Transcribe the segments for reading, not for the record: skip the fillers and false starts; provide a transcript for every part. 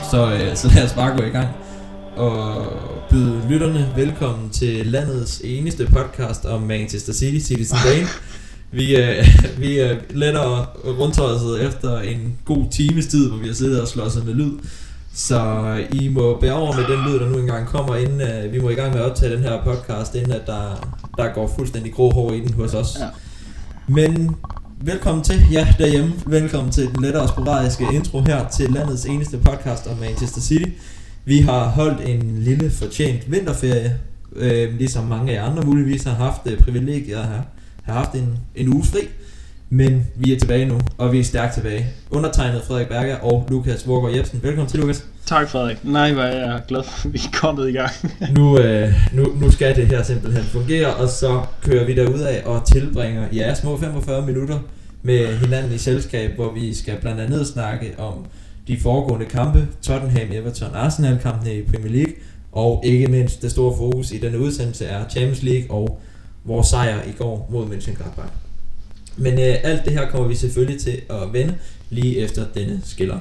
Så lad os bare gå i gang og byde lytterne velkommen til landets eneste podcast om Manchester City, Citizen Dane. Vi er lettere rundtøjset efter en god times tid, hvor vi har siddet og slået med lyd. Så I må bære over med den lyd, der nu engang kommer, inden vi må i gang med at optage den her podcast, inden at der går fuldstændig grå hår i den hos os. Ja. Men velkommen til, derhjemme. Velkommen til den lettere sporadiske intro her til landets eneste podcast om Manchester City. Vi har holdt en lille fortjent vinterferie, ligesom mange af jer andre muligvis har haft privilegiet at have haft en uges fri. Men vi er tilbage nu, og vi er stærkt tilbage. Undertegnet Frederik Berger og Lukas Vorgård Jebsen. Velkommen til, Lukas. Tak, Frederik. Nej, hvor er jeg glad for, at vi er kommet i gang. nu skal det her simpelthen fungere, og så kører vi derudad og tilbringer små 45 minutter med hinanden i selskab, hvor vi skal blandt andet snakke om de foregående kampe, Tottenham, Everton, Arsenal-kampene i Premier League, og ikke mindst det store fokus i denne udsendelse er Champions League og vores sejr i går mod Mönchengladbach. Men alt det her kommer vi selvfølgelig til at vende lige efter denne skiller.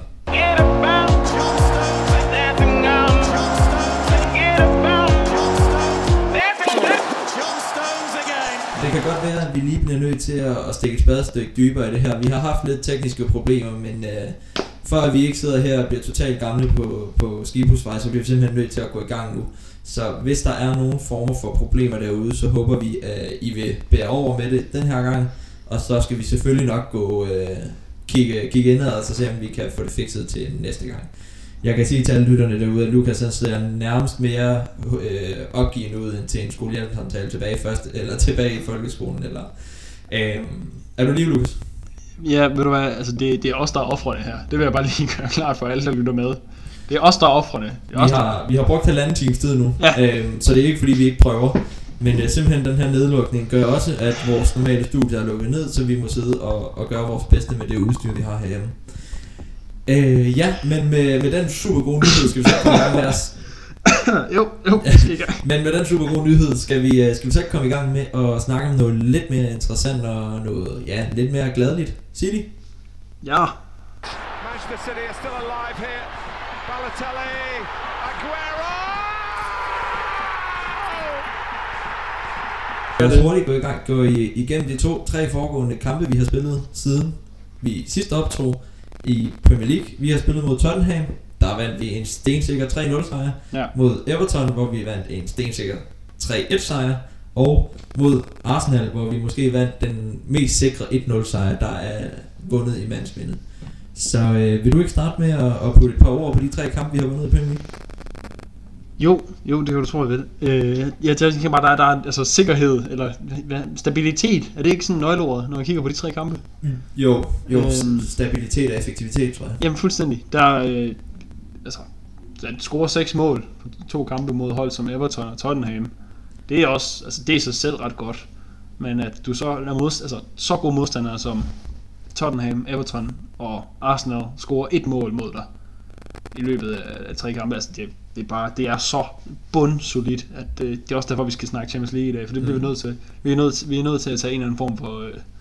Det kan godt være, at vi lige bliver nødt til at stikke et spadestykke dybere i det her. Vi har haft lidt tekniske problemer, men for at vi ikke sidder her og bliver totalt gamle på skibhusvej, så bliver vi simpelthen nødt til at gå i gang nu. Så hvis der er nogle former for problemer derude, så håber vi, at I vil bære over med det den her gang. Og så skal vi selvfølgelig nok gå kigge indad og så se, om vi kan få det fikset til næste gang. Jeg kan sige til alle lytterne derude, at Lukas ser nærmest mere opgivende ud end til en skolehjælpssamtale tilbage i folkeskolen. Er du lige, Lukas? Ja, ved du hvad, altså det er os, der er ofrene her. Det vil jeg bare lige gøre klart for alle, der lytter med. Det er os, der er ofrene. Vi har brugt 1,5 times tid nu, så det er ikke fordi, vi ikke prøver. Men simpelthen den her nedlukning gør også, at vores normale studie er lukket ned, så vi må sidde og gøre vores bedste med det udstyr, vi har herhjemme. Men med den super gode nyhed skal vi så komme i gang med os. Jo. Men med den super gode nyhed skal vi så komme i gang med at snakke om noget lidt mere interessant og noget lidt mere gladeligt. City? Ja. Manchester City are still alive here. Balotelli, Aguero! Lad os hurtigt gå igennem de 3 foregående kampe, vi har spillet siden vi sidst optog i Premier League. Vi har spillet mod Tottenham, der vandt vi en stensikker 3-0 sejr. Mod Everton, hvor vi vandt en stensikker 3-1 sejr. Og mod Arsenal, hvor vi måske vandt den mest sikre 1-0 sejr, der er vundet i mandsmindet. Så vil du ikke starte med at putte et par ord på de 3 kampe, vi har vundet i Premier League? Jo, det kan du tro, jeg ved. Jeg tænker bare, der er altså sikkerhed, eller stabilitet. Er det ikke sådan nøgleordet, når jeg kigger på de 3 kampe? Jo, stabilitet og effektivitet, tror jeg. Jamen fuldstændig. Der scorer 6 mål på 2 kampe mod hold som Everton og Tottenham. Det er også, altså det er sig selv ret godt. Men at du så lader så gode modstandere som Tottenham, Everton og Arsenal scorer 1 mål mod dig i løbet af 3 kampe, altså det er så bundsolidt, at det er også derfor, vi skal snakke Champions League i dag, for det bliver vi nødt til. Vi er nødt til at tage en eller anden form for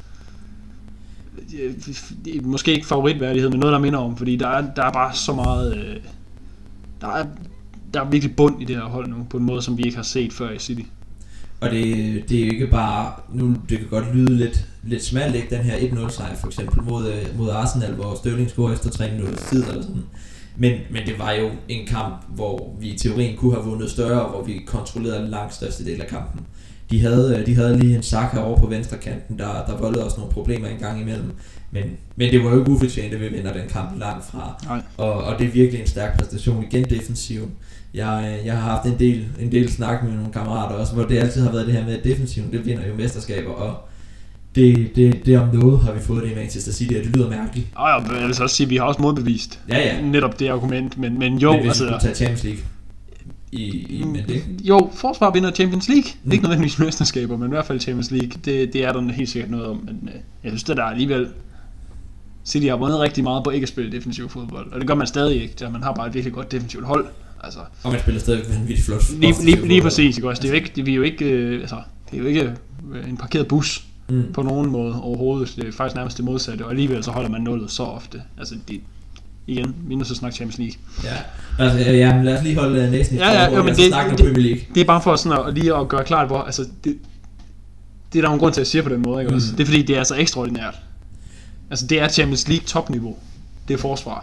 måske ikke favoritværdighed, men noget, der minder om, fordi der er bare så meget der er virkelig bund i det her hold nu, på en måde, som vi ikke har set før i City. Og det er jo ikke bare, nu det kan godt lyde lidt smalt, ikke, den her 1-0 sejr for eksempel mod Arsenal, hvor Sterling scorer efter 3 minutters tid eller sådan. Men det var jo en kamp, hvor vi i teorien kunne have vundet større, hvor vi kontrollerede langt største del af kampen. De havde lige en Saka over på venstre kanten, der voldede os nogle problemer en gang imellem. Men det var jo ikke ufortjent, at vi vinder den kamp langt fra. Og det er virkelig en stærk præstation. Igen defensiven. Jeg har haft en del snak med nogle kammerater også, hvor det altid har været det her med, at defensiven, det vinder jo mesterskaber, og det om noget har vi fået det i Manchester City, og det lyder mærkeligt. Jeg vil så også sige, at vi har også modbevist netop det argument, men jo, men hvis vi kunne tage Champions League men det. Jo, forsvar vinder Champions League, ikke nødvendigvis mesterskaber, men i hvert fald Champions League, det er der helt sikkert noget om, men jeg synes, det der alligevel City har vundet rigtig meget på ikke at spille defensiv fodbold, og det gør man stadig ikke, så man har bare et virkelig godt defensivt hold. Altså, og man spiller stadig vanvittigt flot. Lige præcis, ikke også? Det er jo ikke en parkeret bus på nogen måde overhovedet. Det er faktisk nærmest det modsatte, og alligevel så holder man nullet så ofte. Altså igen, vi er nødt til at snakke Champions League. Ja, altså, ja, lad os lige holde næsten i forhold, men så snakke om Premier League. Det er bare for sådan lige at gøre klart, hvor, altså, det er der nogen grund til at sige på den måde, ikke også? Det er fordi, det er så ekstraordinært. Altså, det er Champions League topniveau. Det er forsvar.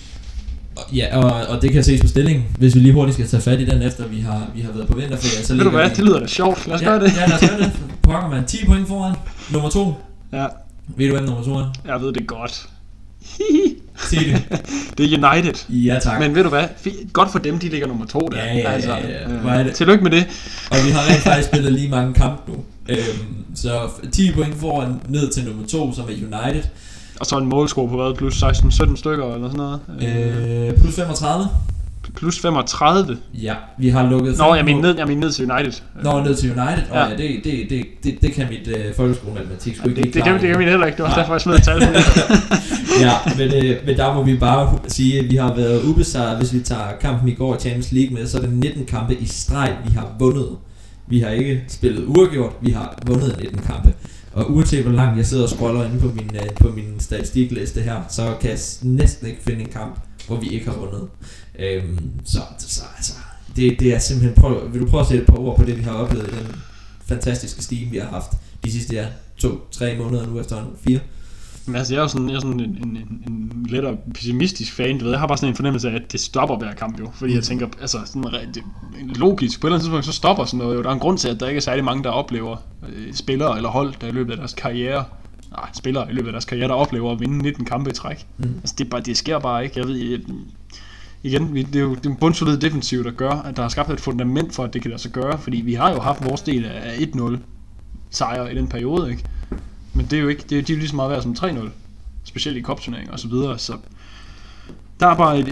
Ja, og det kan ses på stillingen, hvis vi lige hurtigt skal tage fat i den, efter vi har været på vinterferie. Så ved du hvad, det lyder da sjovt. Lad os gøre det. Ja, lad os gøre det. Pokker man 10 point foran. Nummer 2. Ja. Ved du, hvem nummer 2 er? Jeg ved det godt. Sig det. Det er United. Ja, tak. Men ved du hvad, godt for dem, de ligger nummer 2 der. Ja. Tillykke med det. Og vi har rent faktisk spillet lige mange kampe nu. Så 10 point foran ned til nummer 2, som er United. Og så en målscore på hvad? Plus 16-17 stykker eller sådan noget? Plus 35. Plus 35? Ja, vi har lukket... Nå, jeg mener ned til United. Nå, ned til United? Ja, det kan mit folkeskolematematik sgu ikke lige klare. Det kan vi heller ikke, det var derfor jeg smed et tal på det. Ja, men der må vi bare sige, at vi har været ubesejret. Hvis vi tager kampen i går i Champions League med, så er det 19 kampe i streg, vi har vundet. Vi har ikke spillet uafgjort, vi har vundet 19 kampe. Og uanset hvor langt jeg sidder og scroller inde på min statistikliste her, så kan jeg næsten ikke finde en kamp, hvor vi ikke har vundet. Så altså, det er simpelthen... Vil du prøve at sætte et par ord på det, vi har oplevet i den fantastiske steam, vi har haft de sidste 2-3 måneder nu efter 4? Men altså, jeg er sådan en lettere pessimistisk fan, du ved. Jeg har bare sådan en fornemmelse af, at det stopper hver kamp jo. Fordi jeg tænker, altså sådan logisk, på et eller andet tidspunkt, så stopper sådan noget jo. Der er en grund til, at der ikke er særlig mange, der oplever spillere eller hold, der i løbet af deres karriere, spillere i løbet af deres karriere, der oplever at vinde 19 kampe i træk. Altså det sker bare ikke. Jeg ved, igen, det er jo en bundsolid defensiv, der gør, at der er skabt et fundament for, at det kan lade sig gøre. Fordi vi har jo haft vores del af 1-0 sejre i den periode, ikke? Men det er jo ikke, de er jo lige så meget værd som 3-0, specielt i cupturneringer og så videre, så der er bare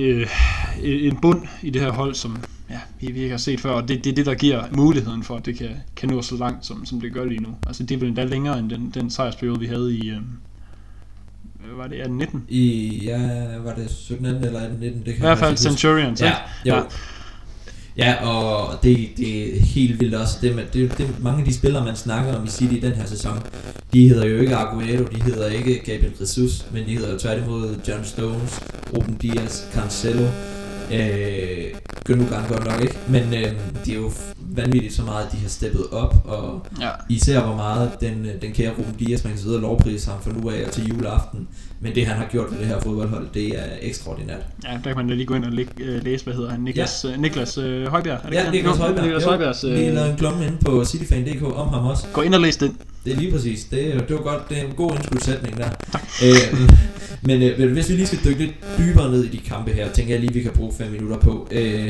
en bund i det her hold, som vi ikke har set før, og det er det, der giver muligheden for, at det kan nå så langt, som det gør lige nu. Altså det er vel endda længere end den sejrsperiode, vi havde i, var det 18-19? Var det 17-18 eller 18-19? Det kan i hvert fald Centurions, ikke? Ja. Ja, og det er helt vildt også. Det mange af de spillere, man snakker om i City i den her sæson, de hedder jo ikke Aguero, de hedder ikke Gabriel Jesus, men de hedder jo tværtimod John Stones, Ruben Dias, Cancelo, Gündogan godt nok ikke, men de er jo vanvittigt så meget, at de har steppet op, og især hvor meget den kære Ruben Dias, man kan sidde og lovprise ham fra nu af og til juleaften, men det han har gjort ved det her fodboldhold, det er ekstraordinært. Ja, der kan man da lige gå ind og læse, hvad hedder han, Niklas Højbjerg. Ja, Niklas Højbjerg. Niklas Højbjergs. Lige lavet en klumme inde på cityfan.dk om ham også. Gå ind og læs den. Det er lige præcis. Det var godt. Det er en god indskudsætning der. Men hvis vi lige skal dykke lidt dybere ned i de kampe her, tænker jeg lige, vi kan bruge 5 minutter på.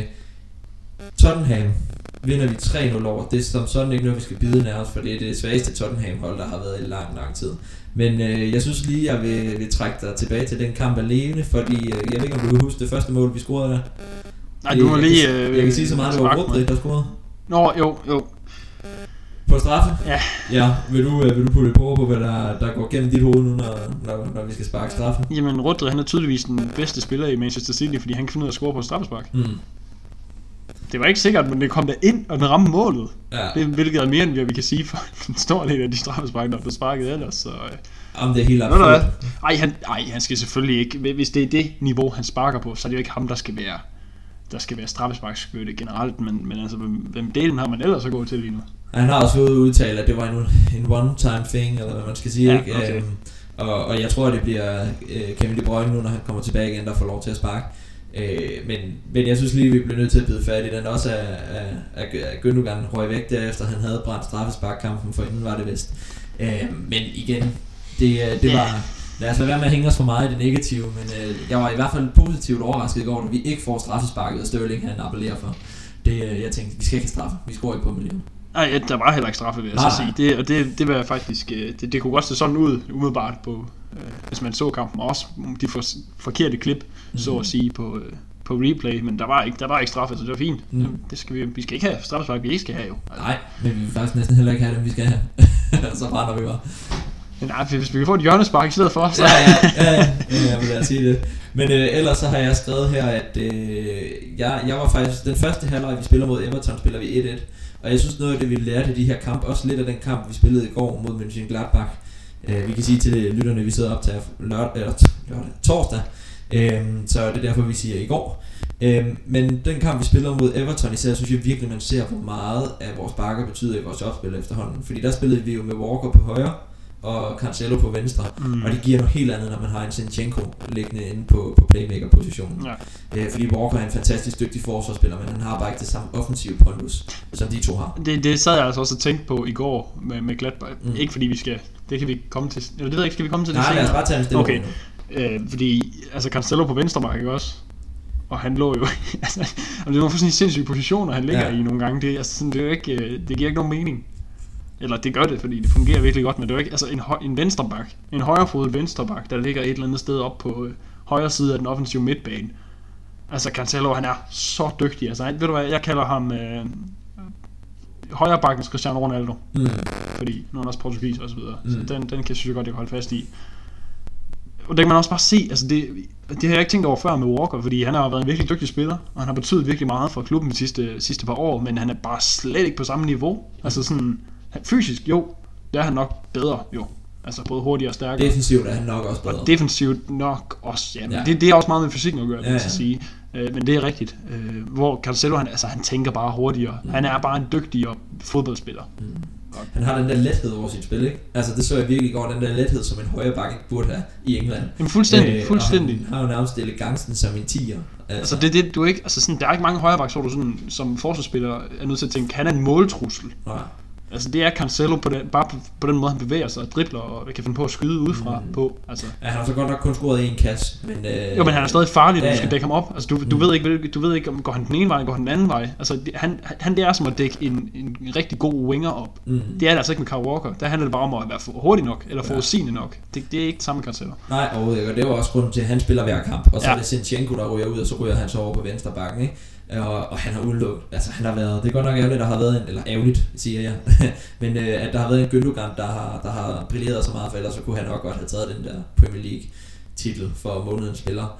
Tottenham vinder vi 3-0 over. Det er som sådan ikke noget, vi skal bide nærmest, for det er det svageste Tottenham-hold, der har været i lang tid. Men jeg synes lige, jeg vil trække dig tilbage til den kamp alene, fordi jeg ved ikke, om du kan huske det første mål, vi scorede der. Nej, du var lige... Jeg kan sige så meget, det var Rodri, der scorede. Nå, jo. På straffe? Ja. Ja, vil du putte et på, hvad der går gennem dit hoved nu, når vi skal sparke straffen? Jamen, Rodri, han er tydeligvis den bedste spiller i Manchester City, fordi han kan finde ud af at score på et straffespark. Det var ikke sikkert, men det kom der ind, og den ramte målet. Ja. Det, hvilket er mere, end vi kan sige for en stor del af de straffespark, der blev sparket ellers. Så, det er helt absurd. Han skal selvfølgelig ikke. Hvis det er det niveau, han sparker på, så er det jo ikke ham, der skal være straffesparkskytte generelt. Men altså, hvem delen har man ellers at gå til lige nu? Han har også fået udtalt, at det var en one-time thing, eller hvad man skal sige. Ikke? Okay. Og jeg tror, det bliver Kevin De Bruyne nu, når han kommer tilbage igen, der får lov til at sparke. Men jeg synes lige, vi bliver nødt til at bide fat i den også af Gündogan røg væk derefter, han havde brændt straffesparkkampen, for inden var det vist. Men igen, det var... Lad os være med at hænge os for meget i det negative, men jeg var i hvert fald positivt overrasket i går, at vi ikke får straffesparket, og Sterling han appellerer for. Jeg tænkte, vi skal ikke straffe, vi scorer ikke på million. Nej, der var heller ikke straffe, vil jeg så sige. Det var faktisk, det kunne godt se sådan ud umiddelbart på, hvis man så kampen, også de forkerte klip, så at sige på replay, men der var ikke straffe, så det var fint. Det skal vi skal ikke have straffespark, vi ikke skal have jo. Altså. Nej, men vi vil faktisk næsten heller ikke have dem, vi skal have. Så brænder vi bare. Nej, hvis vi kan få et hjørnespark i stedet for, så... Ja, jeg vil da sige det. Men ellers så har jeg skrevet her, at jeg var faktisk... Den første halvleg, vi spiller mod Everton, spiller vi 1-1. Og jeg synes noget af det, vi lærte i de her kamp, også lidt af den kamp, vi spillede i går mod Mönchengladbach. Vi kan sige til lytterne, vi sidder op til torsdag. Så det er derfor, vi siger i går. Men den kamp, vi spiller mod Everton især, synes jeg virkelig, man ser, hvor meget af vores bakker betyder i vores opspil efterhånden. Fordi der spillede vi jo med Walker på højre og Cancelo på venstre, og det giver noget helt andet, når man har en Zinchenko liggende inde på playmaker-positionen. Ja. Fordi Walker er en fantastisk dygtig forsvarsspiller, men han har bare ikke det samme offensive pondus, som de to har. Det sad jeg altså også og tænkte på i går med Gladbach. Ikke fordi vi skal, det kan vi komme til, eller det ved jeg ikke, skal vi komme til det senere? Nej, lad os bare tage en stille. Okay, fordi altså Cancelo på venstre mark, ikke også? Og han lå jo, altså, det er nogle fuldstændig sindssyge positioner, han ligger i nogle gange. Det er sådan, det er jo ikke, det giver ikke nogen mening. Eller det gør det, fordi det fungerer virkelig godt, men det er jo ikke, altså en venstreback, en højrefodet venstreback, der ligger et eller andet sted op på højre side af den offensive midtbane. Altså Cancelo, han er så dygtig. Altså, ved du hvad, jeg kalder ham højrebackens Cristiano Ronaldo. Fordi nu er han også portugis og så videre. Så den kan jeg synes godt, jeg kan holde fast i. Og det kan man også bare se, altså det har jeg ikke tænkt over før med Walker, fordi han har været en virkelig dygtig spiller, og han har betydet virkelig meget for klubben de sidste par år, men han er bare slet ikke på samme niveau. Altså sådan, fysisk jo, der er han nok bedre jo. Altså både hurtigere og stærkere. Defensivt er han nok også bedre. Og defensivt nok også, ja. Det er også meget med fysikken at gøre, det at sige. Men det er rigtigt. Hvor Cancelo, han tænker bare hurtigere. Han er bare en dygtigere fodboldspiller. Han har den der lethed over sit spil, ikke? Altså det så jeg virkelig godt, den der lethed, som en højre bakke burde have i England. Jamen fuldstændig. Han har jo nærmest elegancen som en 10'er. Altså det du ikke, altså sådan, der er ikke mange højre bakke, så du sådan, som forsvarsspiller er nødt til at tænke, han er en måltrussel. Nej. Altså det er Cancelo bare på den måde, han bevæger sig og dribler og kan finde på at skyde udefra på. Altså. Ja, han har så godt nok kun scoret en kasse, men jo, men han er stadig farlig, når du skal dække ham op. Altså du ved ikke om går han den ene vej, eller går han den anden vej. Altså han det er som at dække en rigtig god winger op. Det er det altså ikke med Kyle Walker. Der handler det bare om at være hurtig nok eller forudsigende nok. Det er ikke det samme med Cancelo. Nej, og det var også grunden til at han spiller hver kamp. Og så er det Zinchenko, der ryger ud, og så ryger han så over på venstre bakken, ikke? Og han har udelukket, altså han har været, det er godt nok ærgerligt, der har været eller ærgerligt, siger jeg, men at der har været en Gündogan, der har brilleret så meget, for ellers så kunne han nok godt have taget den der Premier League titel for månedens spiller.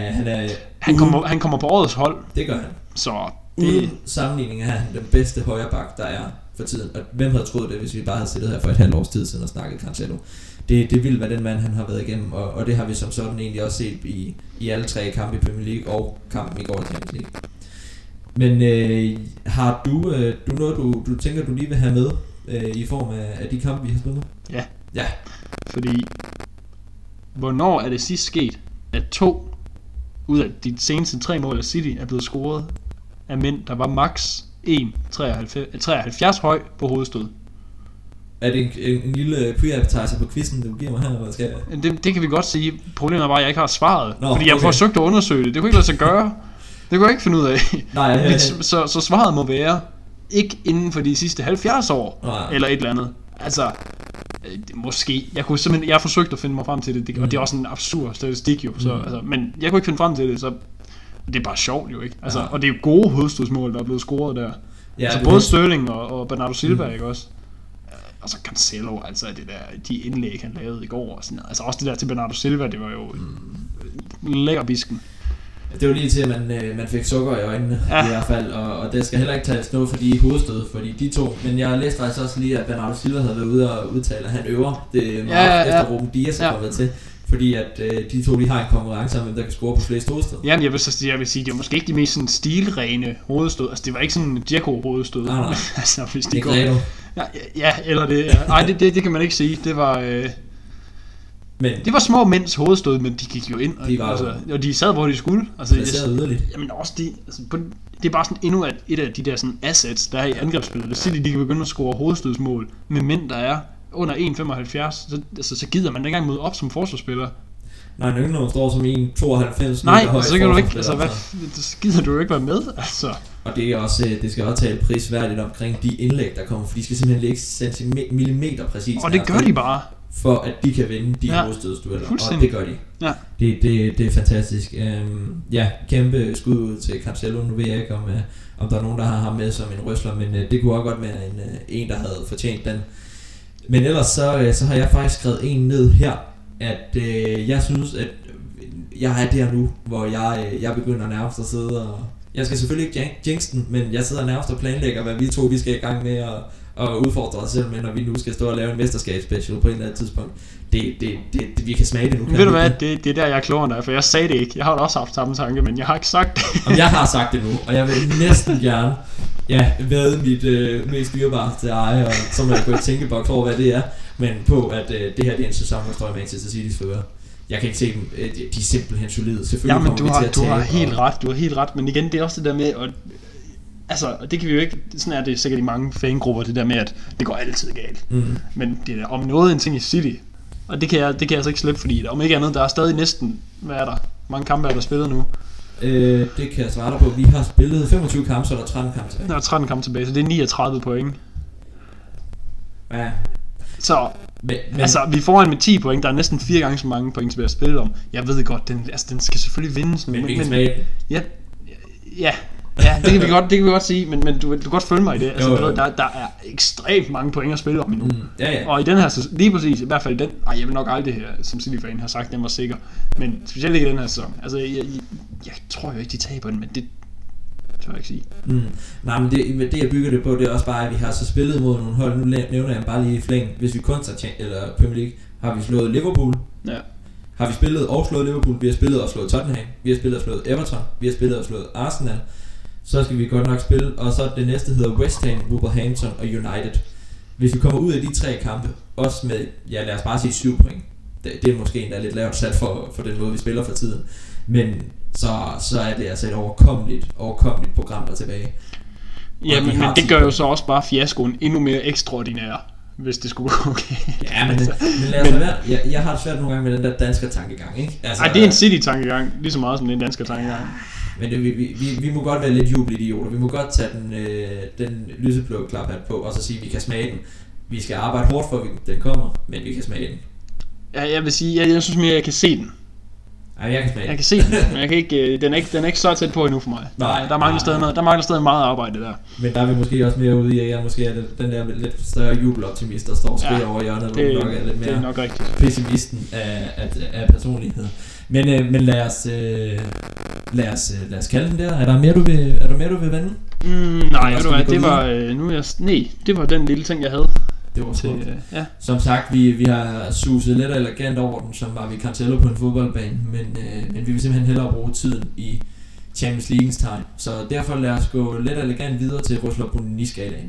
Han kommer på årets hold. Det gør han. Så uden sammenligning er han den bedste højreback, der er for tiden. Og hvem havde troet det, hvis vi bare havde siddet her for et halvt års tid siden og snakket Cancelo? Det vil være den mand, han har været igennem, og det har vi som sådan egentlig også set i alle tre kampe i Premier League og kampen i går i Champions League. Men har du noget, du tænker, du lige vil have med i form af de kampe, vi har spillet? Ja. Fordi, hvornår er det sidst sket, at 2 ud af de seneste 3 mål af City er blevet scoret af mænd, der var max 1,73 høj på hovedstød? Er det en lille pre-appetizer på quizzen, du giver mig her, eller skal jeg? Det kan vi godt sige. Problemet er bare, at jeg ikke har svaret. Fordi jeg har forsøgt at undersøge det. Det kunne ikke lade sig gøre. Det kunne jeg ikke finde ud af. Nej. Så svaret må være ikke inden for de sidste 70 år, eller et eller andet. Altså, måske. Jeg har forsøgt at finde mig frem til det, og det er også en absurd statistik jo. Så, altså, men jeg kunne ikke finde frem til det, så det er bare sjovt jo, ikke? Altså, og det er jo gode hovedstødsmål, der er blevet scoret der. Ja, altså både Sterling og Bernardo Silva, ikke også? Og så Cancelo, altså de indlæg, han lavede i går. Og sådan, altså også det der til Bernardo Silva, det var jo lækker bisken. Det var lige til, at man fik sukker i øjnene i hvert fald, og det skal heller ikke tages noget for de hovedstød, fordi de to, men jeg læste faktisk også lige, at Bernardo Silva havde været ude og udtale, at han øver det meget efter Ruben Dias er kommet til, fordi at de to, de har en konkurrence om, hvem der kan score på flest hovedstød. Jamen jeg vil sige, det var måske ikke de mest sådan stilrene hovedstød, altså det var ikke sådan en Dzeko hovedstød. Nej. Altså hvis de går... Ja, eller det, nej det kan man ikke sige, det var... Men det var små mænds hovedstød, men de gik jo ind, og de sad hvor de skulle. Altså, det sad yderligt. Jamen også det, altså, det er bare sådan endnu et af de der sådan assets, der er i angrebsspillet. Hvis City de kan begynde at score hovedstødsmål med mænd, der er under 1,75, så gider man ikke engang møde op som forsvarsspiller. Nej, når man står som 1,92. Nej, så kan du ikke, altså så gider du jo ikke være med, altså. Og det er også, det skal også tale prisværdigt omkring de indlæg, der kommer, for de skal simpelthen ligge millimeter præcis. Og det gør de bare. For at de kan vinde de hovedstødsdueller, og det gør de. Ja. Det er fantastisk. Kæmpe skud ud til Cancelo. Nu ved jeg ikke, om der er nogen, der har ham med som en røsler, men det kunne også godt være en der havde fortjent den. Men ellers så har jeg faktisk skrevet en ned her, at jeg synes, at jeg er der nu, hvor jeg begynder nærmest at sidde og... Jeg skal selvfølgelig ikke jinx den, men jeg sidder nærmest og planlægger, hvad vi skal i gang med og udfordre os selv med, når vi nu skal stå og lave en mesterskabsspecial på et eller andet tidspunkt. Vi kan smage det nu. Ved du hvad, det er der jeg er klogere end dig, for jeg sagde det ikke. Jeg har også haft samme tanke, men jeg har ikke sagt det. Om jeg har sagt det nu, og jeg vil næsten gerne væde mit mest dyrebare til eje, og så må jeg gå i tænkeboks over, hvad det er, men på, at det her det er en sæson, hvor står i Manchester City's favør. Jeg kan ikke se dem, de er simpelthen solide. Selvfølgelig men du har helt ret, men igen, det er også det der med, altså, det kan vi jo ikke, sådan er det sikkert i mange fangrupper, det der med, at det går altid galt. Men det er om noget en ting i City, og det kan jeg altså ikke slippe, fordi om ikke andet, der er stadig næsten, hvad er der? Mange kampe er der spillet nu? Det kan jeg svare dig på. Vi har spillet 25 kampe, så der er 13 kampe tilbage. Der er 13 kampe tilbage, så det er 39 point. Ja. Så, altså, vi foran med 10 point, der er næsten 4 gange så mange point tilbage at spille om. Jeg ved godt, den skal selvfølgelig vindes nu. Men vi kan smage den. Ja, det kan vi godt sige, men du kan godt følge mig i det. Altså, jo. Der er ekstremt mange point at spille om endnu. Ja. Og i den her, lige præcis, i hvert fald den, jeg vil nok aldrig her, som City-fan har sagt, den var sikker. Men specielt ikke i den her sæson. Altså, jeg tror jo ikke, de taber den, men det tør jeg ikke sige. Nej, men det jeg bygger det på, det er også bare, at vi har så spillet mod nogle hold. Nu nævner jeg bare lige i flæng. Hvis vi kun tager eller Premier League, har vi slået Liverpool. Ja. Har vi spillet og slået Liverpool. Vi har spillet og slået Tottenham. Vi har spillet og slået Everton. Vi har spillet og slået Arsenal. Så skal vi godt nok spille, og så det næste hedder West Ham, Wolverhampton og United. Hvis vi kommer ud af de 3 kampe, også med, lad os bare sige 7 point. Det er måske endda lidt lavt sat for den måde, vi spiller for tiden. Men så er det altså et overkommeligt program der tilbage. Ja, men det gør jo så også bare fiaskoen endnu mere ekstraordinær, hvis det skulle gå okay. Ja, men lad os være. Jeg har det svært nogle gange med den der danske tankegang, ikke? Altså, det er en City-tankegang, lige så meget som det er en danske tankegang. Men vi må godt være lidt jubelidioter. Vi må godt tage den lyseblå klaphat på, og så sige, at vi kan smage den. Vi skal arbejde hårdt for, at den kommer, men vi kan smage den. Ja, jeg vil sige, jeg synes mere, jeg kan se den. Ja, jeg kan smage den. Jeg kan se den, men jeg kan ikke, den er ikke så tæt på endnu for mig. Nej, der mangler stadig meget arbejde der. Men der er vi måske også mere ude i, at jeg måske er den der lidt større jubeloptimist, der står og skriger over hjørnet, hvor nok er lidt mere det er nok rigtigt. Pessimisten af personlighed. Men lad os kalde den der. Er der mere du vil vende? Nej, det var den lille ting jeg havde. Det var smukt. Som sagt, vi har suset lidt elegant over den, som var vi Cancelo på en fodboldbane, men vi vil simpelthen hellere bruge tiden i Champions Leagues tegn. Så derfor lad os gå lidt elegant videre til Røsler Boni-skalaen.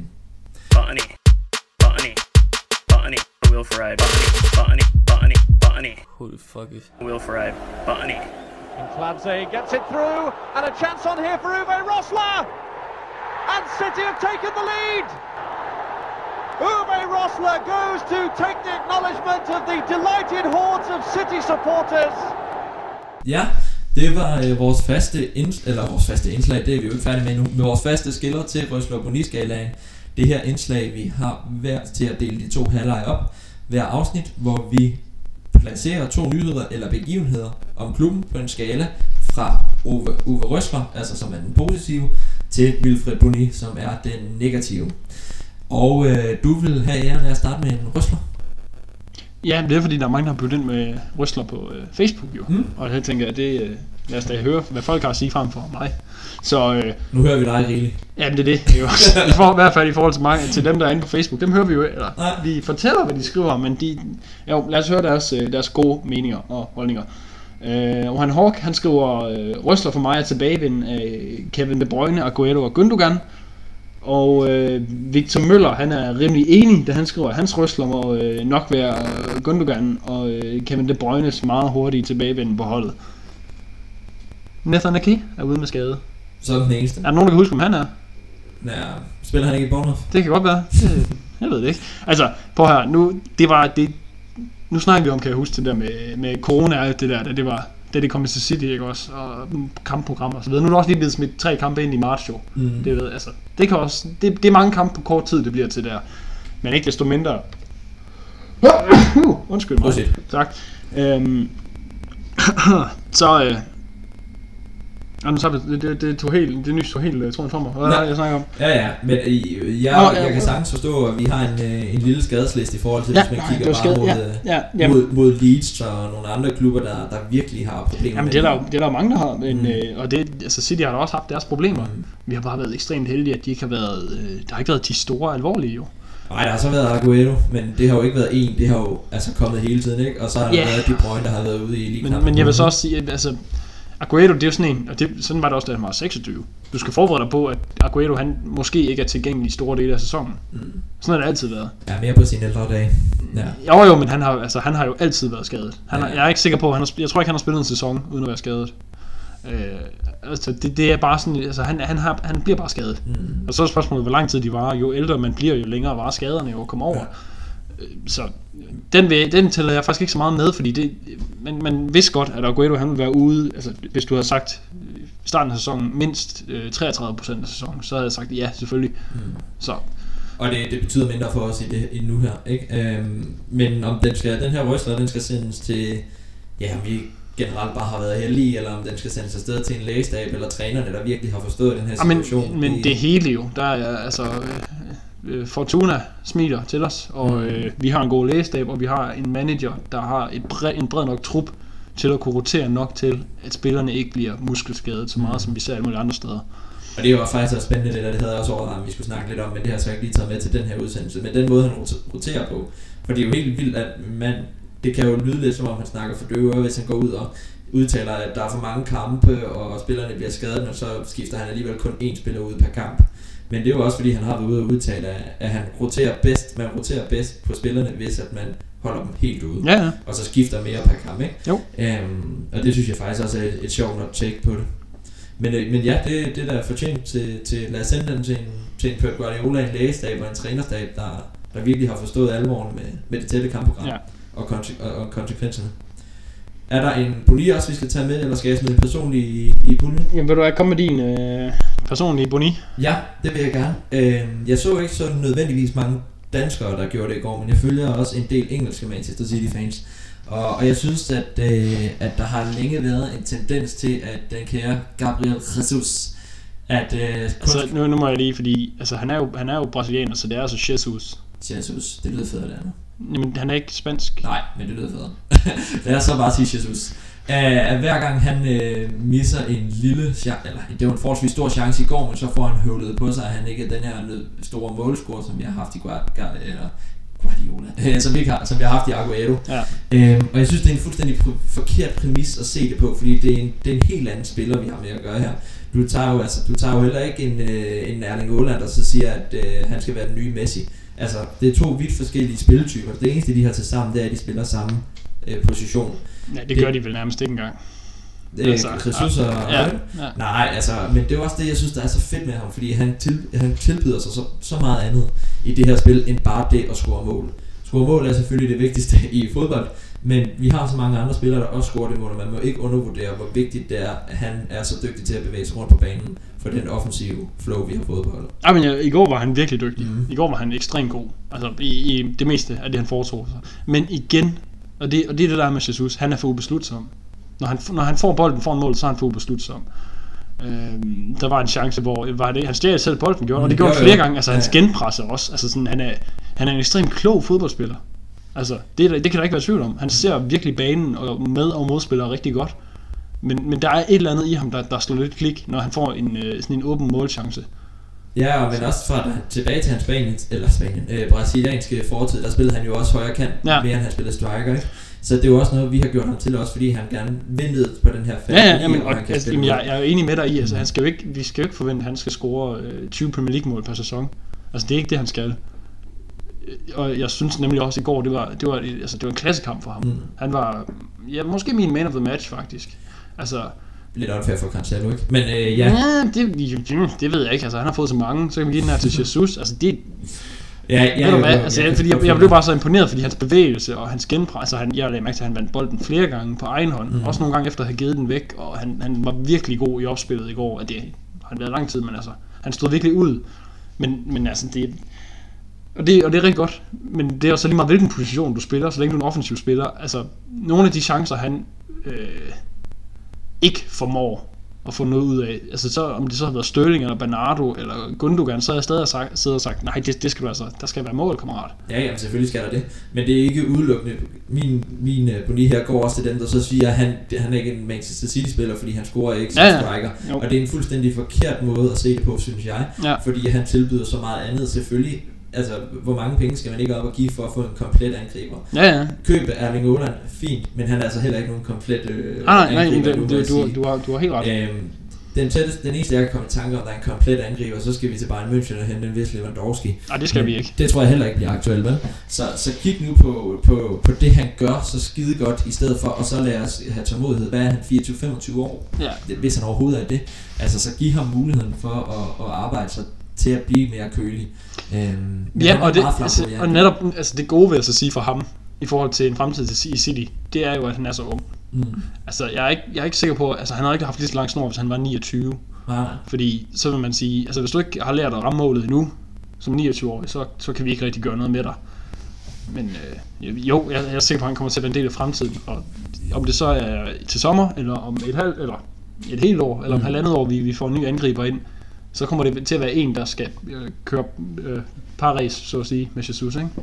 Botany, Will Ferrari, Botany. Who the fuck is Will Ferrari, Botany? And Clancy gets it through, and a chance on here for Uwe Rosler! And City have taken the lead! Uwe Rosler goes to take the acknowledgement of the delighted hordes of City supporters. Ja, det var vores faste indslag, det er vi jo ikke færdige med nu, med vores faste skiller til Røsler Boni-skalaen. Det her indslag, vi har været til at dele de 2 halvleje op hver afsnit, hvor vi placerer 2 nyheder eller begivenheder om klubben på en skala fra Uwe Røsler, altså som er den positive, til Wilfred Boni, som er den negative. Og du vil have æren af at starte med en Røsler? Ja, det er fordi, der er mange, der har byttet ind med Røsler på Facebook jo. Og jeg tænker, at lad os da høre, hvad folk har at sige frem for mig. Så, nu hører vi dig rigeligt. Ja, men det er det. I hvert fald i forhold til mig, til dem, der er inde på Facebook, dem hører vi jo, eller vi fortæller, hvad de skriver, men lad os høre deres gode meninger og holdninger. Johan Hawk, han skriver, Røsler for mig er tilbagevenden af Kevin De Bruyne, Aguero og Gündogan. Og Victor Møller, han er rimelig enig, da han skriver, at hans Røsler må nok være Gündogan og Kevin De Bruynes meget hurtige tilbagevenden på holdet. Nathan Ake er ude med skade. Så er den eneste. Er der nogen, der kan huske, om han er? Ja, spiller han ikke i Bournemouth? Det kan godt være. Jeg ved det ikke. Altså, prøv her, nu snakker vi om, kan jeg huske det der med corona og alt det der, da det kom til City, ikke også, og kampprogrammer og så videre. Nu er der også lige blevet smidt 3 kampe ind i marts jo. Det ved, altså, det kan også, det er mange kampe på kort tid, det bliver til der. Men ikke desto mindre. Undskyld mig. Tak. Så det tog helt, det nys tog helt troen fra mig. Hvad er det, jeg snakker om? Ja, men jeg kan sagtens forstå, at vi har en lille skadesliste i forhold til, hvis man kigger bare mod Leeds og nogle andre klubber, der virkelig har problemer. Jamen, det er der mange, der har, men, og altså City har da også haft deres problemer. Vi har bare været ekstremt heldige, at de ikke har været, der har ikke været de store alvorlige jo. Nej, der har så været Aguero, men det har jo ikke været en, det har jo altså kommet hele tiden, ikke? Og så har der været De Bruyne, der har været ude i lige knap. Men jeg vil så også sige, at altså, Aguero, det er jo sådan en, og sådan var det også, da han var 26. Du skal forberede dig på, at Aguero, han måske ikke er tilgængelig i store dele af sæsonen. Sådan har det altid været. Ja, mere på sine ældre dage. Ja. Jo, men han har jo altid været skadet. Jeg er ikke sikker på, jeg tror ikke, han har spillet en sæson, uden at være skadet. Altså det er bare sådan, altså han bliver bare skadet. Og så er spørgsmålet, hvor lang tid de varer. Jo ældre man bliver, jo længere varer skaderne jo kommer over. Så den tæller jeg faktisk ikke så meget med, fordi man vidste godt, at Aguero han ville være ude. Altså hvis du havde sagt i starten af sæsonen mindst 33% af sæsonen, så havde jeg sagt ja, selvfølgelig. Så. Og det betyder mindre for os i nu her, ikke? Men om den her rystler, den skal sendes til, ja, om vi generelt bare har været heldige, eller om den skal sendes afsted til en lægestab eller trænerne, der virkelig har forstået den her situation. Men det hele jo, der er altså Fortuna smiler til os, og vi har en god lægestab, og vi har en manager, der har en bred nok trup til at kunne rotere nok til, at spillerne ikke bliver muskelskadet så meget, som vi ser alle mulige andre steder. Og det var faktisk også spændende, det havde jeg også overvejet, vi skulle snakke lidt om, men det har jeg så ikke lige taget med til den her udsendelse. Men den måde, han roterer på, for det er jo helt vildt, at det kan jo lyde lidt som om han snakker for døve, hvis han går ud og udtaler, at der er for mange kampe, og spillerne bliver skadet, og så skifter han alligevel kun én spiller ud per kamp. Men det er jo også fordi, han har været ude og udtale, at han roterer bedst, man roterer bedst på spillerne, hvis at man holder dem helt ude, ja. Og så skifter mere per kamp, ikke? Jo. Og det synes jeg faktisk også er et sjovt nok take på det. Men ja, det der er fortjent til lad os sende den til en Pep Guardiola, en lægestab og en trænerstab, der virkelig har forstået alvoren med det tætte kampprogram, ja. og konsekvenserne. Er der en boni også, vi skal tage med, eller skal jeg smide en personlig i puljen? Jamen vil du komme med din personlige boni? Ja, det vil jeg gerne. Jeg så ikke så nødvendigvis mange danskere, der gjorde det i går, men jeg følger også en del engelske Manchester City fans. Og jeg synes, at der har længe været en tendens til, at den kære Gabriel Jesus, altså, nu må jeg lige, fordi altså, han er jo brasilianer, så det er altså Jesus. Jesus, det lyder federe, det andet. Jamen, han er ikke spansk. Nej, men det lyder federe. Lad os så bare sige Jesus. Hver gang han misser en lille chance, eller det var en forholdsvis stor chance i går, men så får han høvlet på sig, at han ikke er den her store målscore, som vi har haft i Guardiola, som vi har haft i Aguero. Ja. Og jeg synes, det er en fuldstændig forkert præmis at se det på, fordi det er en helt anden spiller, vi har med at gøre her. Du tager jo heller ikke en Erling Haaland, der så siger, at han skal være den nye Messi. Altså, det er to vidt forskellige spilletyper. Det eneste, de har til sammen, det er, at de spiller samme position. Ja, det gør de vel nærmest ikke engang. Jesus og ja. Nej, altså, men det er også det, jeg synes, der er så fedt med ham, fordi han tilbyder sig så meget andet i det her spil, end bare det at score mål. Score mål er selvfølgelig det vigtigste i fodbold, men vi har så mange andre spillere, der også scorer det mål, og man må ikke undervurdere, hvor vigtigt det er, at han er så dygtig til at bevæge sig rundt på banen for den offensive flow, vi har fået på holdet. Ja, men i går var han virkelig dygtig. I går var han ekstremt god, altså i det meste af det, han foretog sig. Men igen, og det er det der med Jesus, han er for ubeslutsom. Når han får bolden foran målet, så er han for ubeslutsom. Der var en chance, hvor han stjal selv bolden, gjorde, og det gjorde han flere gange. Altså hans genpresser også. Altså sådan, han er en ekstremt klog fodboldspiller. Altså det kan der ikke være tvivl om. Han ser virkelig banen og med- og modspillere rigtig godt. Men der er et eller andet i ham, der slår lidt klik, når han får sådan en åben målchance. Ja, men også fra tilbage til hans brasilianske fortid, der spillede han jo også højre kant, mere end han spillede striker, ikke? Så det er jo også noget, vi har gjort ham til, også fordi han gerne ventede på den her fase. Jeg er jo enig med dig i, altså vi skal jo ikke forvente, at han skal score 20 Premier League mål per sæson. Altså det er ikke det, han skal. Og jeg synes nemlig også i går, det var en klassekamp for ham. Han var måske min man of the match faktisk. Altså lidt unfair for Cancelo, ikke? Men det ved jeg ikke. Altså han har fået så mange, så kan vi give den her til Jesus. Altså det jeg blev bare så imponeret, fordi hans bevægelse og hans genpres, altså jeg lagde mærke til, at han vandt bolden flere gange på egen hånd, også nogle gange efter at have givet den væk, og han var virkelig god i opspillet i går, at det har været lang tid, men altså, han stod virkelig ud, men altså, det er rigtig godt, men det er også lige meget, hvilken position du spiller, så længe du er en offensiv spiller, altså, nogle af de chancer, han ikke formår at få noget ud af, altså så, om det så har været Sterling eller Bernardo eller Gundogan, så har jeg stadig siddet og sagt, nej, det skal du altså, der skal være mål, kammerat. Ja, jamen, selvfølgelig skal der det, men det er ikke udelukkende. Min boni her går også til dem, der så siger, at han er ikke en Manchester City-spiller, fordi han scorer ikke som striker, og det er en fuldstændig forkert måde at se det på, synes jeg, fordi han tilbyder så meget andet. Selvfølgelig altså, hvor mange penge skal man ikke op og give for at få en komplet angriber? Ja. Køb Erling Haaland, fint, men han er altså heller ikke nogen komplet angriber. Du har helt ret. Den eneste, jeg kan komme i tanke om, der er en komplet angriber, så skal vi til Bayern München og hente en vis Lewandowski. Nej, det skal vi ikke. Det tror jeg heller ikke bliver aktuelt, vel? Så kig nu på det, han gør så skide godt, i stedet for, og så lad os have tålmodighed. Hvad er han, 24-25 år? Ja. Hvis han overhovedet er det. Altså, så giv ham muligheden for at arbejde sig til at blive mere kølig. Og netop altså det gode ved at sige for ham, i forhold til en fremtid i City, det er jo, at han er så ung. Altså, jeg er ikke sikker på, altså han har ikke haft lige så lang snor, hvis han var 29. Fordi så vil man sige, altså hvis du ikke har lært at ramme målet endnu, som 29-årig, så kan vi ikke rigtig gøre noget med dig. Men jo, jeg er sikker på, at han kommer til at være en del af fremtiden, og om det så er til sommer, eller om et helt år, eller om halvandet år, vi får en ny angriber ind, så kommer det til at være en, der skal køre par-race, så at sige, med Jesus, ikke?